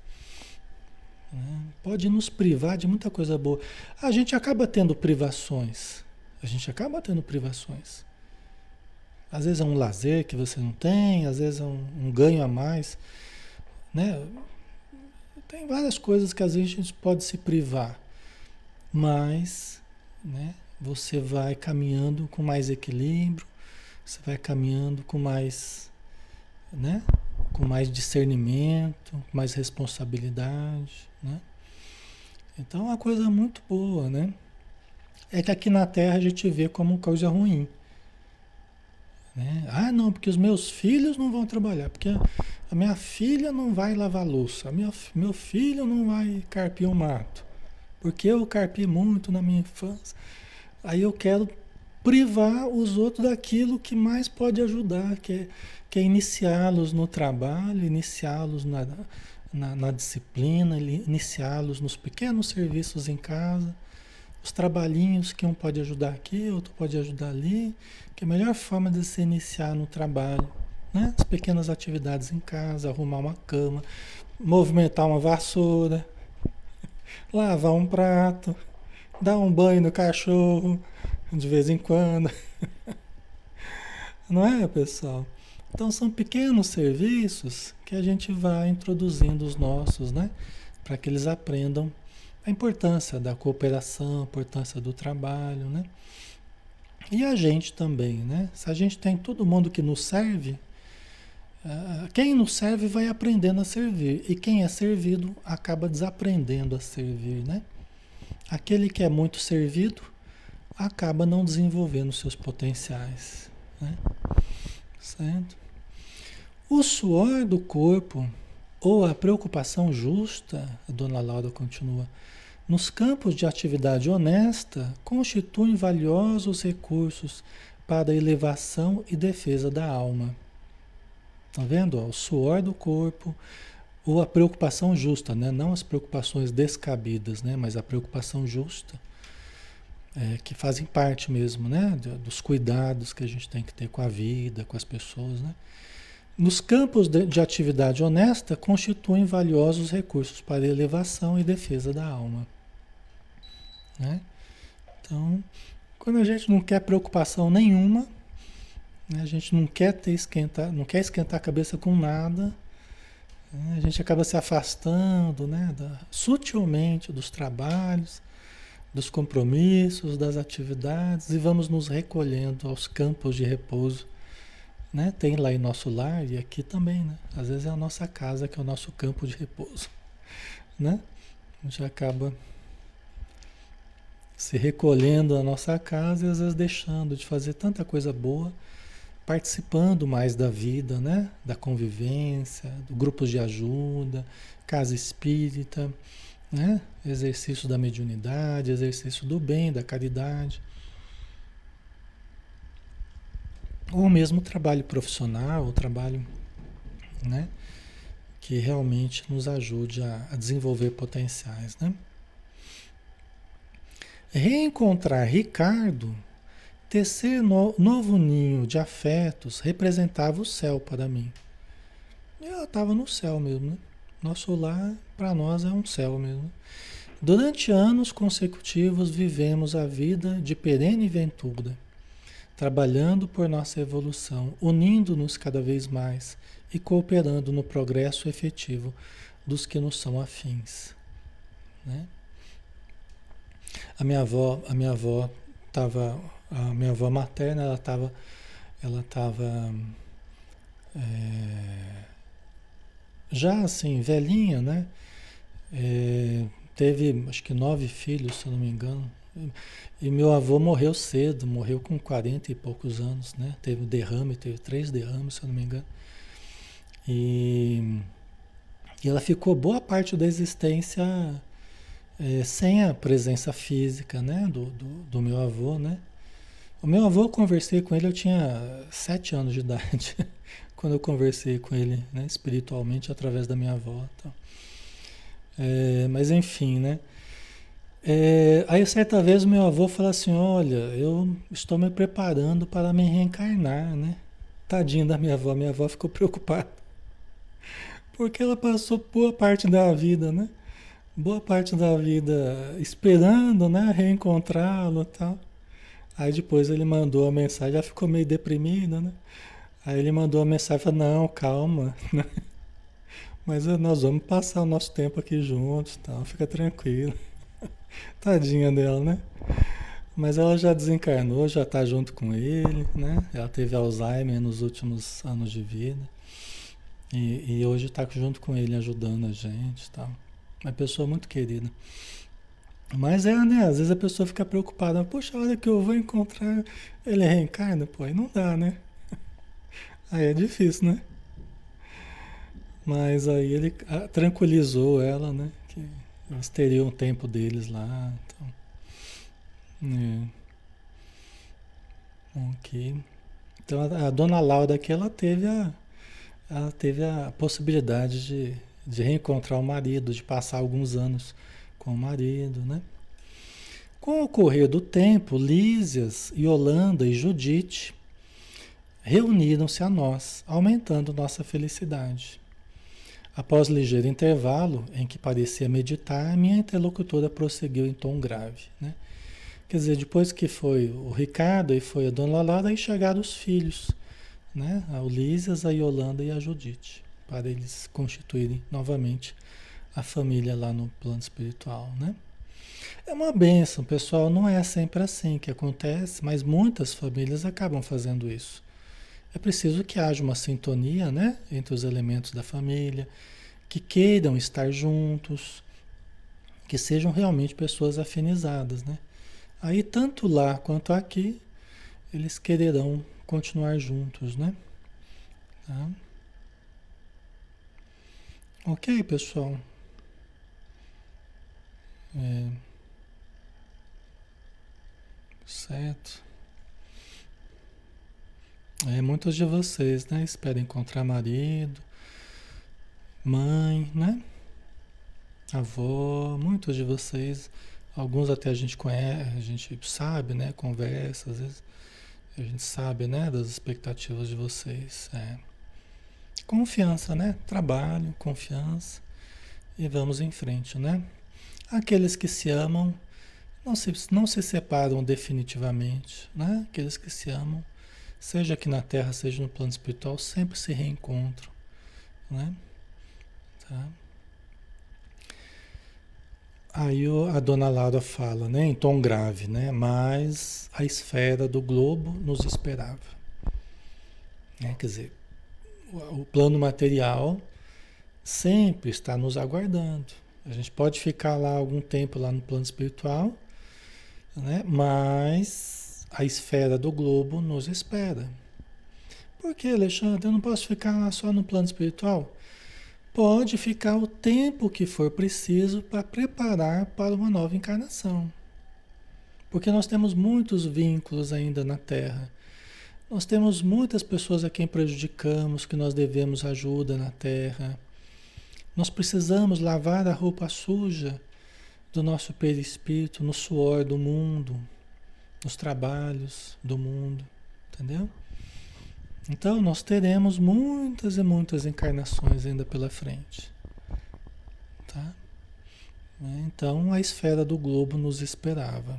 Pode nos privar de muita coisa boa. A gente acaba tendo privações. A gente acaba tendo privações. Às vezes é um lazer que você não tem, às vezes é um, um ganho a mais, né? Tem várias coisas que às vezes a gente pode se privar, mas, né, você vai caminhando com mais equilíbrio, você vai caminhando com mais, né, com mais discernimento, com mais responsabilidade, né? Então é uma coisa muito boa, né? É que aqui na Terra a gente vê como coisa ruim, né? Ah, não, porque os meus filhos não vão trabalhar, porque a minha filha não vai lavar louça, a minha, meu filho não vai carpir o mato, porque eu carpi muito na minha infância. Aí eu quero privar os outros daquilo que mais pode ajudar, que é, que é iniciá-los no trabalho, iniciá-los na, na, na disciplina, iniciá-los nos pequenos serviços em casa, os trabalhinhos que um pode ajudar aqui, outro pode ajudar ali, que é a melhor forma de se iniciar no trabalho, né? As pequenas atividades em casa, arrumar uma cama, movimentar uma vassoura, lavar um prato, dar um banho no cachorro de vez em quando. Não é, pessoal? Então são pequenos serviços que a gente vai introduzindo os nossos, né? Para que eles aprendam a importância da cooperação, a importância do trabalho, né? E a gente também, né? Se a gente tem todo mundo que nos serve, uh, quem nos serve vai aprendendo a servir. E quem é servido acaba desaprendendo a servir, né? Aquele que é muito servido acaba não desenvolvendo seus potenciais, né? Certo? O suor do corpo ou a preocupação justa, a dona Laura continua, nos campos de atividade honesta, constituem valiosos recursos para a elevação e defesa da alma. Tá vendo? Ó, o suor do corpo ou a preocupação justa, né? Não as preocupações descabidas, né? Mas a preocupação justa, é, que fazem parte mesmo, né? Dos cuidados que a gente tem que ter com a vida, com as pessoas, né? Nos campos de, de atividade honesta, constituem valiosos recursos para a elevação e defesa da alma. Né? Então, quando a gente não quer preocupação nenhuma, né? A gente não quer ter esquentar, não quer esquentar a cabeça com nada, né? A gente acaba se afastando, né? Da, sutilmente dos trabalhos, dos compromissos, das atividades e vamos nos recolhendo aos campos de repouso. Né? Tem lá em nosso lar e aqui também, né? Às vezes é a nossa casa que é o nosso campo de repouso, né? A gente acaba se recolhendo à nossa casa e às vezes deixando de fazer tanta coisa boa, participando mais da vida, né? Da convivência, do grupos de ajuda, casa espírita, né? Exercício da mediunidade, exercício do bem, da caridade. Ou mesmo trabalho profissional, o trabalho, né, que realmente nos ajude a, a desenvolver potenciais, né? Reencontrar Ricardo, tecer no, novo ninho de afetos, representava o céu para mim. Eu estava no céu mesmo, né? Nosso lar, para nós, é um céu mesmo. Durante anos consecutivos vivemos a vida de perene ventura, trabalhando por nossa evolução, unindo-nos cada vez mais e cooperando no progresso efetivo dos que nos são afins, né? A minha avó, a minha avó estava, a minha avó materna, ela estava, ela estava é, já assim velhinha, né? É, teve acho que nove filhos, se eu não me engano. E meu avô morreu cedo, morreu com quarenta e poucos anos, né? Teve um derrame, teve três derrames, se eu não me engano. E, e ela ficou boa parte da existência é, sem a presença física, né? Do, do, do meu avô, né? O meu avô, eu conversei com ele, eu tinha sete anos de idade, quando eu conversei com ele, né? Espiritualmente, através da minha avó. Então. É, mas enfim, né? É, aí certa vez meu avô falou assim, olha, eu estou me preparando para me reencarnar, né? Tadinha da minha avó, minha avó ficou preocupada, porque ela passou boa parte da vida, né? Boa parte da vida esperando, né? Reencontrá-lo e tal. Aí depois ele mandou a mensagem, já ficou meio deprimida, né? Aí ele mandou a mensagem, falou, não, calma, né? Mas nós vamos passar o nosso tempo aqui juntos, tal, fica tranquilo. Tadinha dela, né? Mas ela já desencarnou, já está junto com ele, né? Ela teve Alzheimer nos últimos anos de vida. E, e hoje está junto com ele, ajudando a gente, tal. Uma pessoa muito querida. Mas é, né? Às vezes a pessoa fica preocupada. Poxa, olha que eu vou encontrar. Ele reencarna? Pô, aí não dá, né? Aí é difícil, né? Mas aí ele ah, tranquilizou ela, né? Que eles teriam o tempo deles lá. Então, é, ok. Então a, a dona Laura aqui, ela teve a, ela teve a possibilidade de, de reencontrar o marido, de passar alguns anos com o marido, né? Com o correr do tempo, Lísias, Yolanda e Judite reuniram-se a nós, aumentando nossa felicidade. Após ligeiro intervalo, em que parecia meditar, minha interlocutora prosseguiu em tom grave, né? Quer dizer, depois que foi o Ricardo e foi a Dona Laura, aí chegaram os filhos, né? A Lísias, a Yolanda e a Judite, para eles constituírem novamente a família lá no plano espiritual, né? É uma bênção, pessoal, não é sempre assim que acontece, mas muitas famílias acabam fazendo isso. É preciso que haja uma sintonia, né, entre os elementos da família, que queiram estar juntos, que sejam realmente pessoas afinizadas, né? Aí, tanto lá quanto aqui, eles quererão continuar juntos, né? Tá? Ok, pessoal? É, certo. É, muitos de vocês, né, esperam encontrar marido, mãe, né? Avó, muitos de vocês, alguns até a gente conhece, a gente sabe, né? Conversa, às vezes a gente sabe, né? Das expectativas de vocês. É. Confiança, né? Trabalho, confiança e vamos em frente, né? Aqueles que se amam não se, não se separam definitivamente, né? Aqueles que se amam, seja aqui na Terra, seja no plano espiritual, sempre se reencontram, né? Tá? Aí a dona Laura fala, né, em tom grave, né, mas a esfera do globo nos esperava. Né? Quer dizer, o, o plano material sempre está nos aguardando. A gente pode ficar lá algum tempo lá no plano espiritual, né, mas a esfera do globo nos espera. Por que, Alexandre? Eu não posso ficar só no plano espiritual? Pode ficar o tempo que for preciso para preparar para uma nova encarnação. Porque nós temos muitos vínculos ainda na Terra. Nós temos muitas pessoas a quem prejudicamos, que nós devemos ajuda na Terra. Nós precisamos lavar a roupa suja do nosso perispírito no suor do mundo, nos trabalhos do mundo, entendeu? Então nós teremos muitas e muitas encarnações ainda pela frente, tá? Então a esfera do globo nos esperava.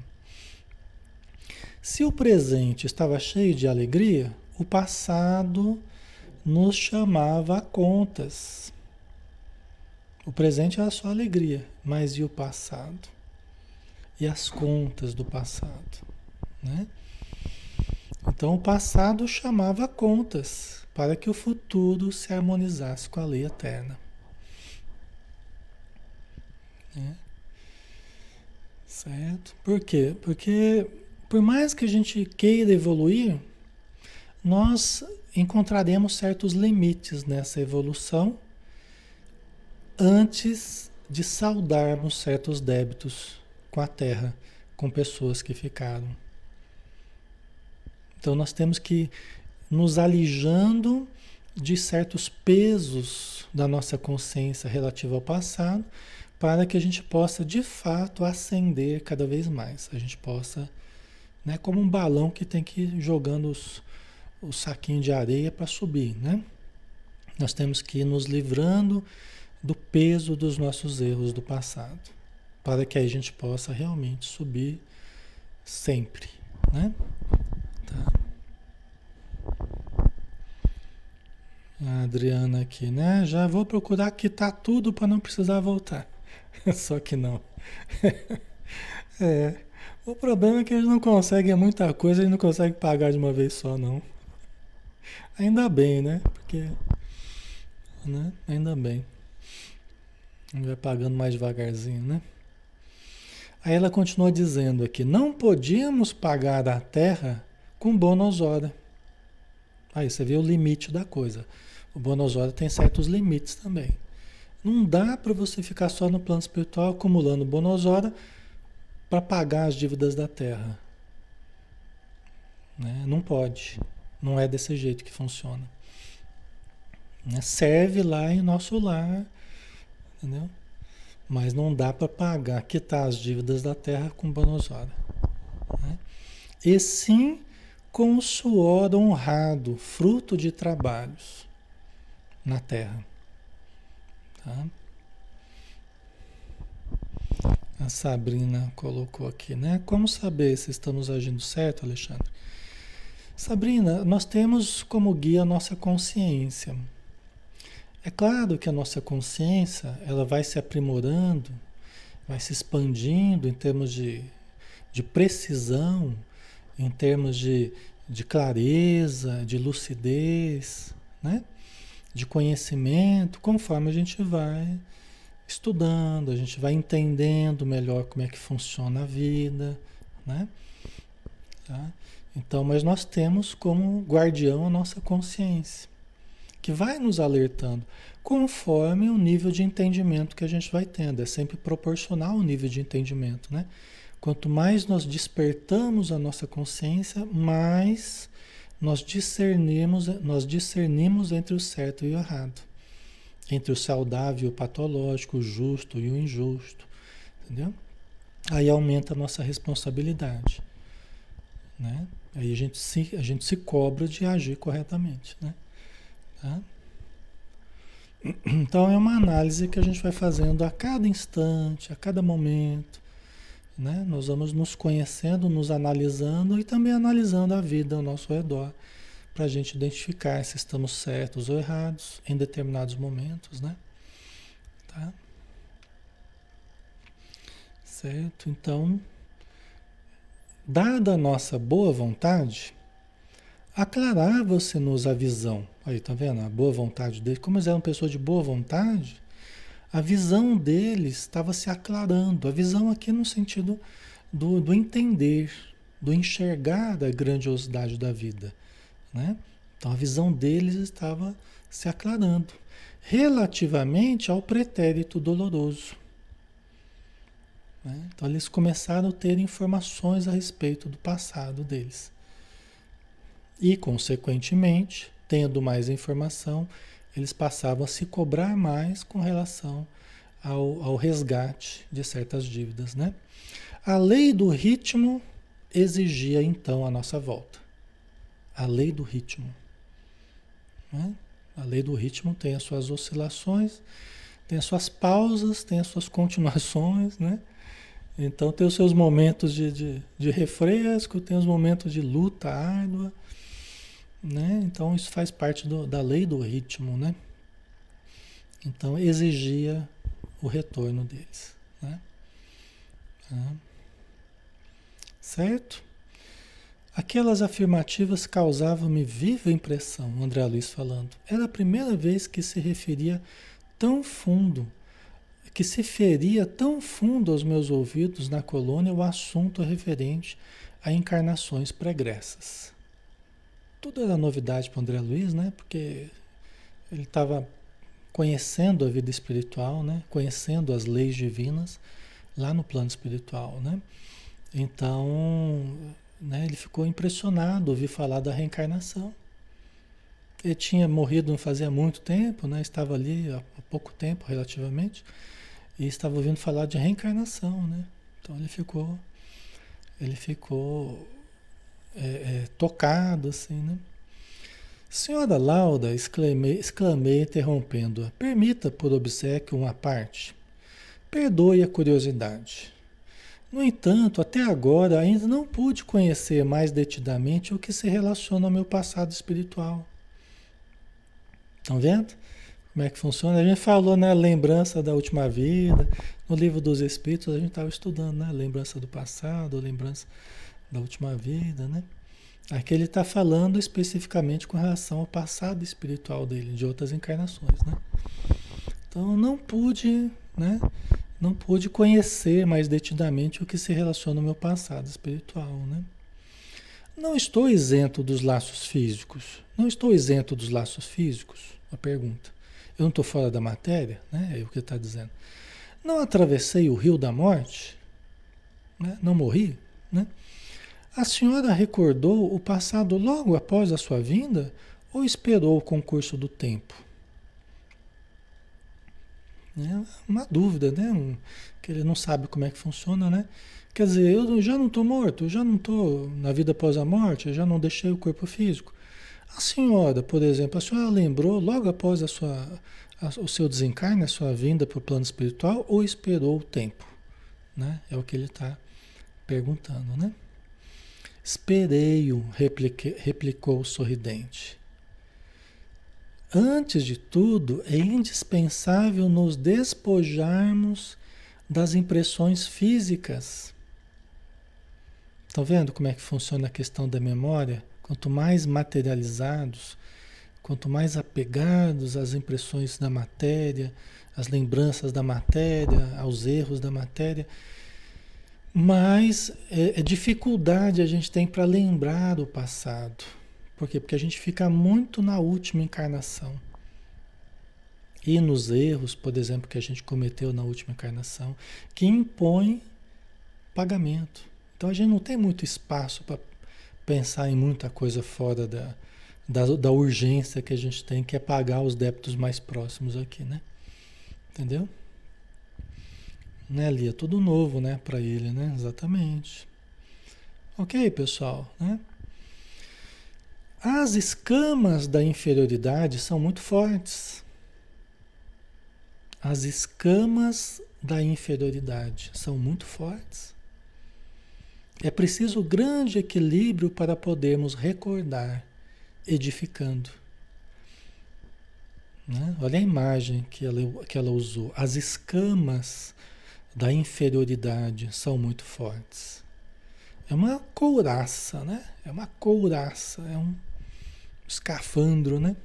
Se o presente estava cheio de alegria, o passado nos chamava a contas. O presente era só alegria, mas e o passado? E as contas do passado, né? Então o passado chamava a contas para que o futuro se harmonizasse com a lei eterna, né? Certo? Por quê? Porque por mais que a gente queira evoluir, nós encontraremos certos limites nessa evolução antes de saldarmos certos débitos com a Terra, com pessoas que ficaram. Então nós temos que nos alijando de certos pesos da nossa consciência relativa ao passado, para que a gente possa de fato ascender cada vez mais. A gente possa, né, como um balão que tem que ir jogando os, o saquinho de areia para subir, né? Nós temos que ir nos livrando do peso dos nossos erros do passado, para que a gente possa realmente subir sempre, né? Tá. A Adriana aqui, né? Já vou procurar quitar tudo para não precisar voltar. Só que não. É. O problema é que eles não conseguem muita coisa, eles não conseguem pagar de uma vez só, não. Ainda bem, né? Porque, né? Ainda bem. Vai pagando mais devagarzinho, né? Aí ela continua dizendo aqui, não podíamos pagar a terra com bônus hora. Aí você vê o limite da coisa. O bônus hora tem certos limites também. Não dá para você ficar só no plano espiritual acumulando bônus hora para pagar as dívidas da terra. Né? Não pode. Não é desse jeito que funciona. Né? Serve lá em nosso lar, entendeu? Mas não dá para pagar, quitar as dívidas da terra com bônus hora. Né? E sim com o suor honrado, fruto de trabalhos na terra. Tá? A Sabrina colocou aqui, né? Como saber se estamos agindo certo, Alexandre? Sabrina, nós temos como guia a nossa consciência. É claro que a nossa consciência, ela vai se aprimorando, vai se expandindo em termos de, de precisão, em termos de, de clareza, de lucidez, né? De conhecimento, conforme a gente vai estudando, a gente vai entendendo melhor como é que funciona a vida, né? Tá? Então, mas nós temos como guardião a nossa consciência, que vai nos alertando conforme o nível de entendimento que a gente vai tendo. É sempre proporcional ao nível de entendimento, né? Quanto mais nós despertamos a nossa consciência, mais nós discernimos, nós discernimos entre o certo e o errado. Entre o saudável e o patológico, o justo e o injusto. Entendeu? Aí aumenta a nossa responsabilidade. Né? Aí a gente, se, a gente se cobra de agir corretamente. Né? Tá? Então é uma análise que a gente vai fazendo a cada instante, a cada momento. Né? Nós vamos nos conhecendo, nos analisando e também analisando a vida ao nosso redor, para a gente identificar se estamos certos ou errados em determinados momentos, né? Tá? Certo? Então, dada a nossa boa vontade, aclarava-se-nos a visão. Aí, tá vendo? A boa vontade deles. Como eles eram pessoas de boa vontade, a visão deles estava se aclarando. A visão aqui no sentido do, do entender, do enxergar a grandiosidade da vida. Né? Então a visão deles estava se aclarando relativamente ao pretérito doloroso. Né? Então eles começaram a ter informações a respeito do passado deles. E, consequentemente, tendo mais informação, eles passavam a se cobrar mais com relação ao, ao resgate de certas dívidas. Né? A lei do ritmo exigia então a nossa volta. A lei do ritmo. Né? A lei do ritmo tem as suas oscilações, Tem as suas pausas, tem as suas continuações, né? Então tem os seus momentos de, de, de refresco, tem os momentos de luta árdua, né? Então isso faz parte do, da lei do ritmo, né? Então exigia o retorno deles, né? Tá? Certo? Aquelas afirmativas causavam-me viva impressão, André Luiz falando. Era a primeira vez que se referia tão fundo, que se feria tão fundo aos meus ouvidos na colônia o assunto referente a encarnações pregressas. Tudo era novidade para o André Luiz, né? Porque ele estava conhecendo a vida espiritual, né? Conhecendo as leis divinas lá no plano espiritual, né? Então, né, ele ficou impressionado ouvir falar da reencarnação. Ele tinha morrido não fazia muito tempo, né? Estava ali há pouco tempo, relativamente, e estava ouvindo falar de reencarnação, né? Então ele ficou, ele ficou é, é, tocado, assim, né? Senhora Lauda, exclamei, exclamei interrompendo-a, permita por obséquio uma parte. Perdoe a curiosidade. No entanto, até agora ainda não pude conhecer mais detidamente o que se relaciona ao meu passado espiritual. Estão vendo como é que funciona? A gente falou, né, lembrança da última vida. No livro dos Espíritos a gente estava estudando, né, lembrança do passado, lembrança da última vida, né? Aqui ele está falando especificamente com relação ao passado espiritual dele, de outras encarnações, né? Então não pude, né? Não pude conhecer mais detidamente o que se relaciona ao meu passado espiritual, né? Não estou isento dos laços físicos. Não estou isento dos laços físicos? A pergunta. Eu não estou fora da matéria, né? É o que ele está dizendo. Não atravessei o rio da morte? Né? Não morri? Né? A senhora recordou o passado logo após a sua vinda ou esperou o concurso do tempo? É uma dúvida, né? Um, que ele não sabe como é que funciona, né? Quer dizer, eu já não estou morto, eu já não estou na vida após a morte, eu já não deixei o corpo físico. A senhora, por exemplo, a senhora lembrou logo após a sua, a, o seu desencarne, a sua vinda para o plano espiritual, ou esperou o tempo? Né? É o que ele está perguntando, né? Esperei-o, replique, replicou o sorridente. Antes de tudo, é indispensável nos despojarmos das impressões físicas. Estão vendo como é que funciona a questão da memória? Quanto mais materializados, quanto mais apegados às impressões da matéria, às lembranças da matéria, aos erros da matéria, mais é, é dificuldade a gente tem para lembrar o passado. Por quê? Porque a gente fica muito na última encarnação. E nos erros, por exemplo, que a gente cometeu na última encarnação, que impõe pagamento. Então a gente não tem muito espaço para pensar em muita coisa fora da, da, da urgência que a gente tem, que é pagar os débitos mais próximos aqui, né? Entendeu? Né, Lia? Tudo novo, né, para ele, né? Exatamente. Ok, pessoal, né? As escamas da inferioridade são muito fortes. As escamas da inferioridade são muito fortes. É preciso grande equilíbrio para podermos recordar, edificando. Né? Olha a imagem que ela, que ela usou. As escamas da inferioridade são muito fortes. É uma couraça, né? É uma couraça, é um escafandro, né?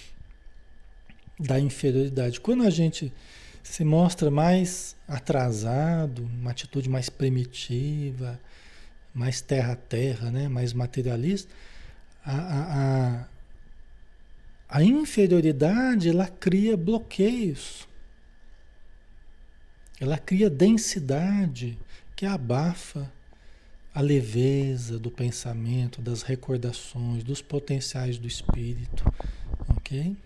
Da inferioridade. Quando a gente se mostra mais atrasado, uma atitude mais primitiva, mais terra a terra, né? Mais materialista, a, a, a, a inferioridade ela cria bloqueios, ela cria densidade que abafa a leveza do pensamento, das recordações, dos potenciais do espírito, ok?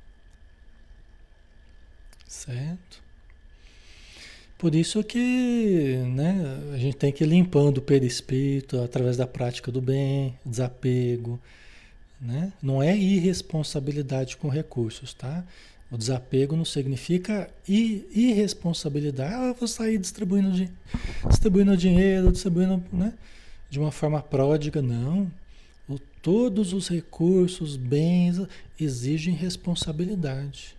Certo? Por isso que, né, a gente tem que ir limpando o perispírito através da prática do bem, desapego, né? Não é irresponsabilidade com recursos, tá? O desapego não significa i- irresponsabilidade. Ah, eu vou sair distribuindo, di- distribuindo dinheiro, distribuindo, né, de uma forma pródiga. Não. O- todos os recursos, bens, exigem responsabilidade.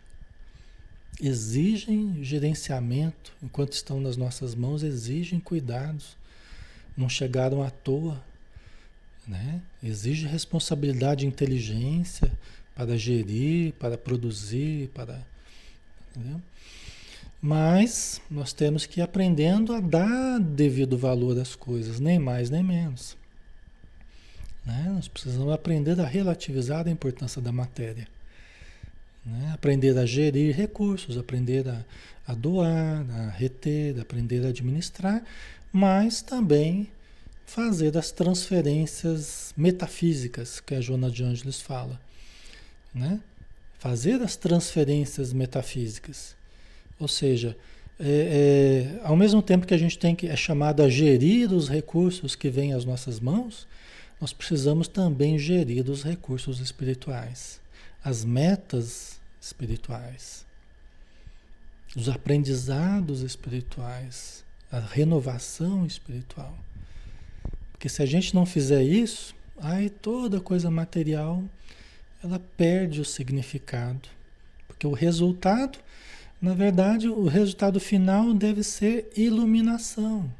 Exigem gerenciamento. Enquanto estão nas nossas mãos, exigem cuidados. Não chegaram à toa, né? Exige responsabilidade e inteligência para gerir, para produzir, para, entendeu? Mas nós temos que ir aprendendo a dar devido valor às coisas, nem mais nem menos, né? Nós precisamos aprender a relativizar a importância da matéria, né? Aprender a gerir recursos, aprender a, a doar, a reter, aprender a administrar, mas também fazer as transferências metafísicas que a Joana de Ângeles fala, né? Fazer as transferências metafísicas. Ou seja, é, é, ao mesmo tempo que a gente tem que, é chamado a gerir os recursos que vêm às nossas mãos, nós precisamos também gerir os recursos espirituais, as metas espirituais, os aprendizados espirituais, a renovação espiritual. Porque se a gente não fizer isso, aí toda coisa material ela perde o significado. Porque o resultado, na verdade, o resultado final deve ser iluminação.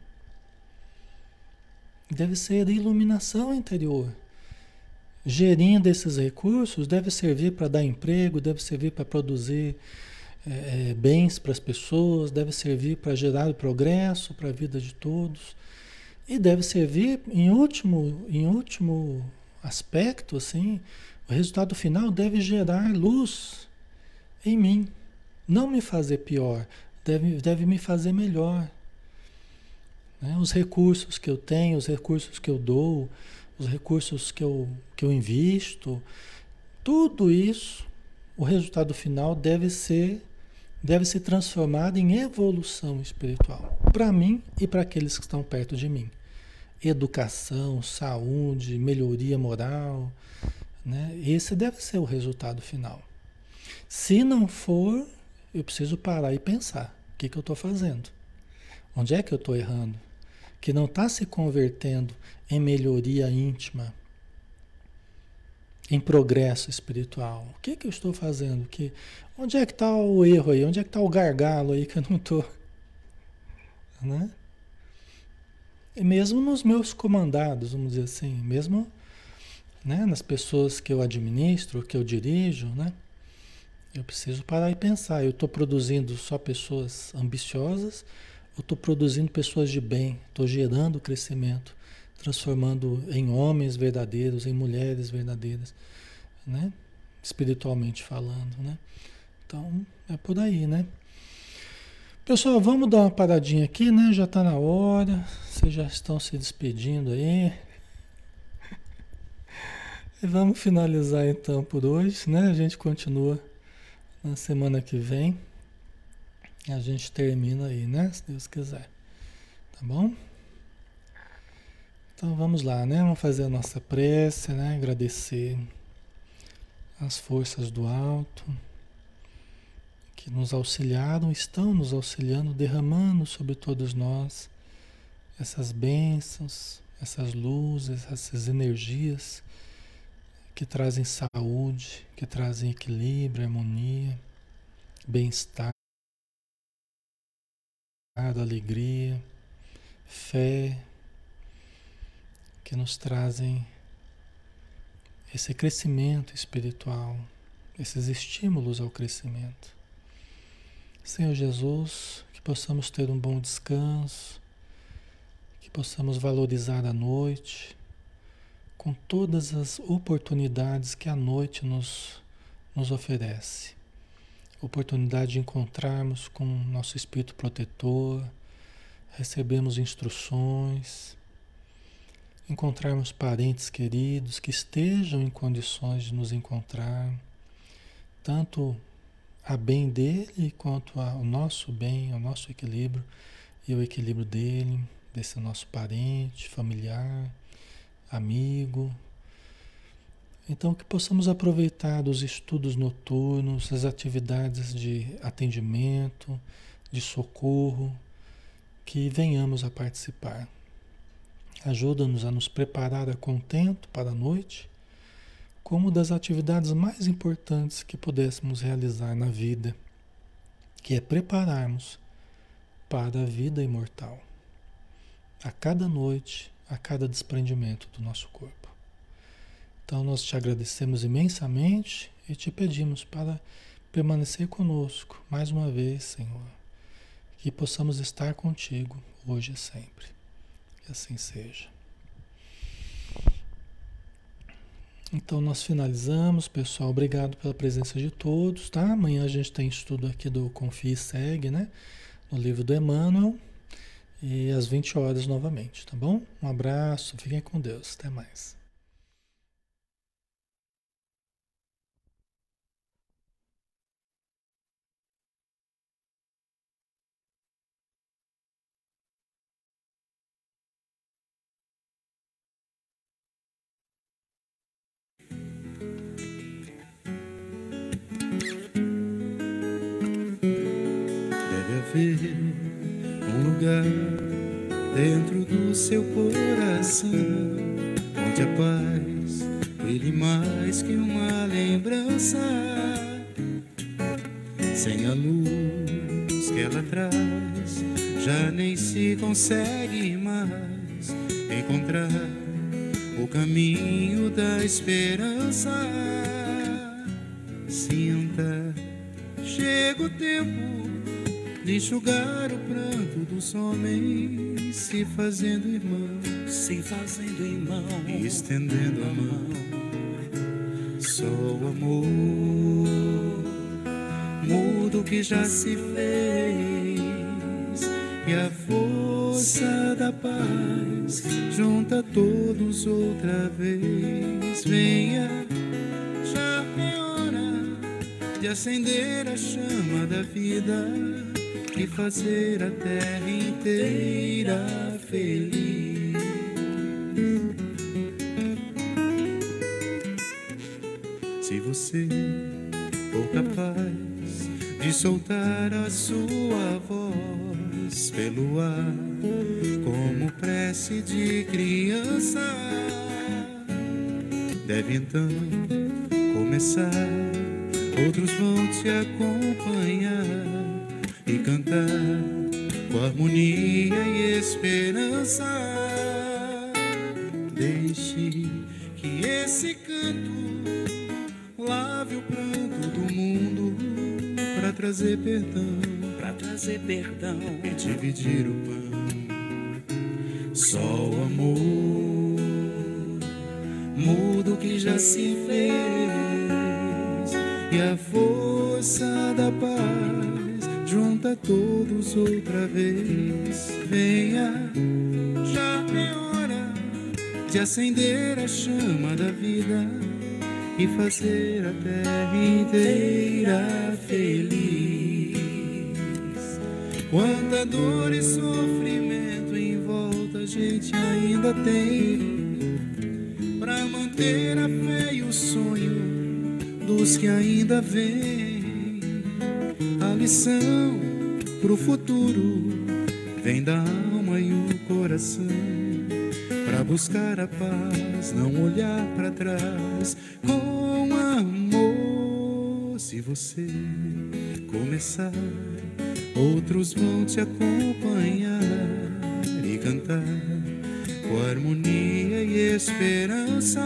Deve ser iluminação interior. Gerindo esses recursos, deve servir para dar emprego, deve servir para produzir é, bens para as pessoas, deve servir para gerar progresso para a vida de todos. E deve servir, em último, em último aspecto, assim, o resultado final deve gerar luz em mim. Não me fazer pior, deve, deve me fazer melhor. Né? Os recursos que eu tenho, os recursos que eu dou, os recursos que eu, que eu invisto, tudo isso, o resultado final deve ser, deve se transformar em evolução espiritual. Para mim e para aqueles que estão perto de mim. Educação, saúde, melhoria moral, né? Esse deve ser o resultado final. Se não for, eu preciso parar e pensar. O que, que eu estou fazendo? Onde é que eu estou errando? Que não está se convertendo em melhoria íntima, em progresso espiritual. O que, que eu estou fazendo? Que, onde é que está o erro aí? Onde é que está o gargalo aí que eu não estou? Né? E mesmo nos meus comandados, vamos dizer assim, mesmo, né, nas pessoas que eu administro, que eu dirijo, né, eu preciso parar e pensar. Eu estou produzindo só pessoas ambiciosas ou estou produzindo pessoas de bem? Estou gerando crescimento, transformando em homens verdadeiros, em mulheres verdadeiras, né, espiritualmente falando, né? Então, é por aí, né? Pessoal, vamos dar uma paradinha aqui, né? Já está na hora. Vocês já estão se despedindo aí. E vamos finalizar então por hoje, né? A gente continua na semana que vem. A gente termina aí, né? Se Deus quiser. Tá bom? Então vamos lá, né? Vamos fazer a nossa prece, né? Agradecer as forças do alto que nos auxiliaram, estão nos auxiliando, derramando sobre todos nós essas bênçãos, essas luzes, essas energias que trazem saúde, que trazem equilíbrio, harmonia, bem-estar, alegria, fé, que nos trazem esse crescimento espiritual, esses estímulos ao crescimento. Senhor Jesus, que possamos ter um bom descanso, que possamos valorizar a noite, com todas as oportunidades que a noite nos, nos oferece. Oportunidade de encontrarmos com nosso espírito protetor, recebemos instruções, encontrarmos parentes queridos que estejam em condições de nos encontrar, tanto a bem dele quanto ao nosso bem, ao nosso equilíbrio e o equilíbrio dele, desse nosso parente, familiar, amigo, Então, que possamos aproveitar dos estudos noturnos, as atividades de atendimento, de socorro, que venhamos a participar. Ajuda-nos a nos preparar a contento para a noite, como das atividades mais importantes que pudéssemos realizar na vida, que é prepararmos para a vida imortal, a cada noite, a cada desprendimento do nosso corpo. Então nós te agradecemos imensamente e te pedimos para permanecer conosco mais uma vez, Senhor, que possamos estar contigo hoje e sempre. Que assim seja. Então nós finalizamos, pessoal. Obrigado pela presença de todos, tá? Amanhã a gente tem estudo aqui do Confia e Segue, né? No livro do Emmanuel. E às vinte horas novamente, tá bom? Um abraço, fiquem com Deus. Até mais. Deve haver um lugar dentro do seu coração onde a paz brilhe mais que uma lembrança. Sem a luz que ela traz, já nem se consegue mais encontrar o caminho da esperança. Sinta, chega o tempo de enxugar o pranto dos homens, se fazendo irmão, se fazendo irmão, e estendendo a mão. Só o amor muda o que já se fez, e a força da paz junta todos outra vez. Venha, já é hora de acender a chama da vida e fazer a terra inteira feliz. Se você for capaz de soltar a sua voz pelo ar, como prece de criança, deve então começar. Outros vão te acompanhar e cantar com harmonia e esperança. Deixe que esse canto lave o pranto do mundo para trazer perdão, para trazer perdão e dividir o pão. Só o amor muda o que já se fez, e a força da paz junta todos outra vez. Venha, já é hora de acender a chama da vida e fazer a terra inteira feliz. Quanta dor e sofrimento em volta a gente ainda tem, pra manter a fé e o sonho dos que ainda vêm. A lição pro futuro vem da alma e o coração, pra buscar a paz, não olhar pra trás. Com amor, se você começar, outros vão te acompanhar e cantar com harmonia e esperança.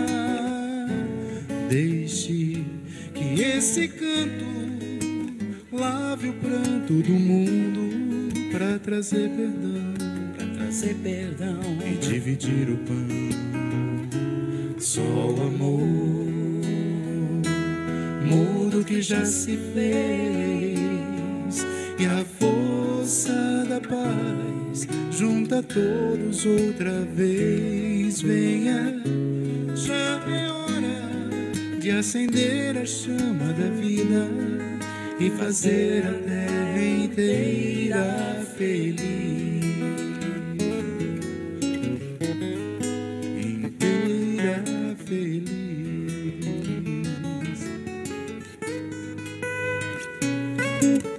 Deixe que esse canto lave o pranto do mundo para trazer perdão, para trazer perdão e dividir o pão. Só o amor muda o que já se fez, e a força da paz junta todos outra vez. Venha, já é hora de acender a chama da vida e fazer a terra inteira feliz. Inteira feliz. Música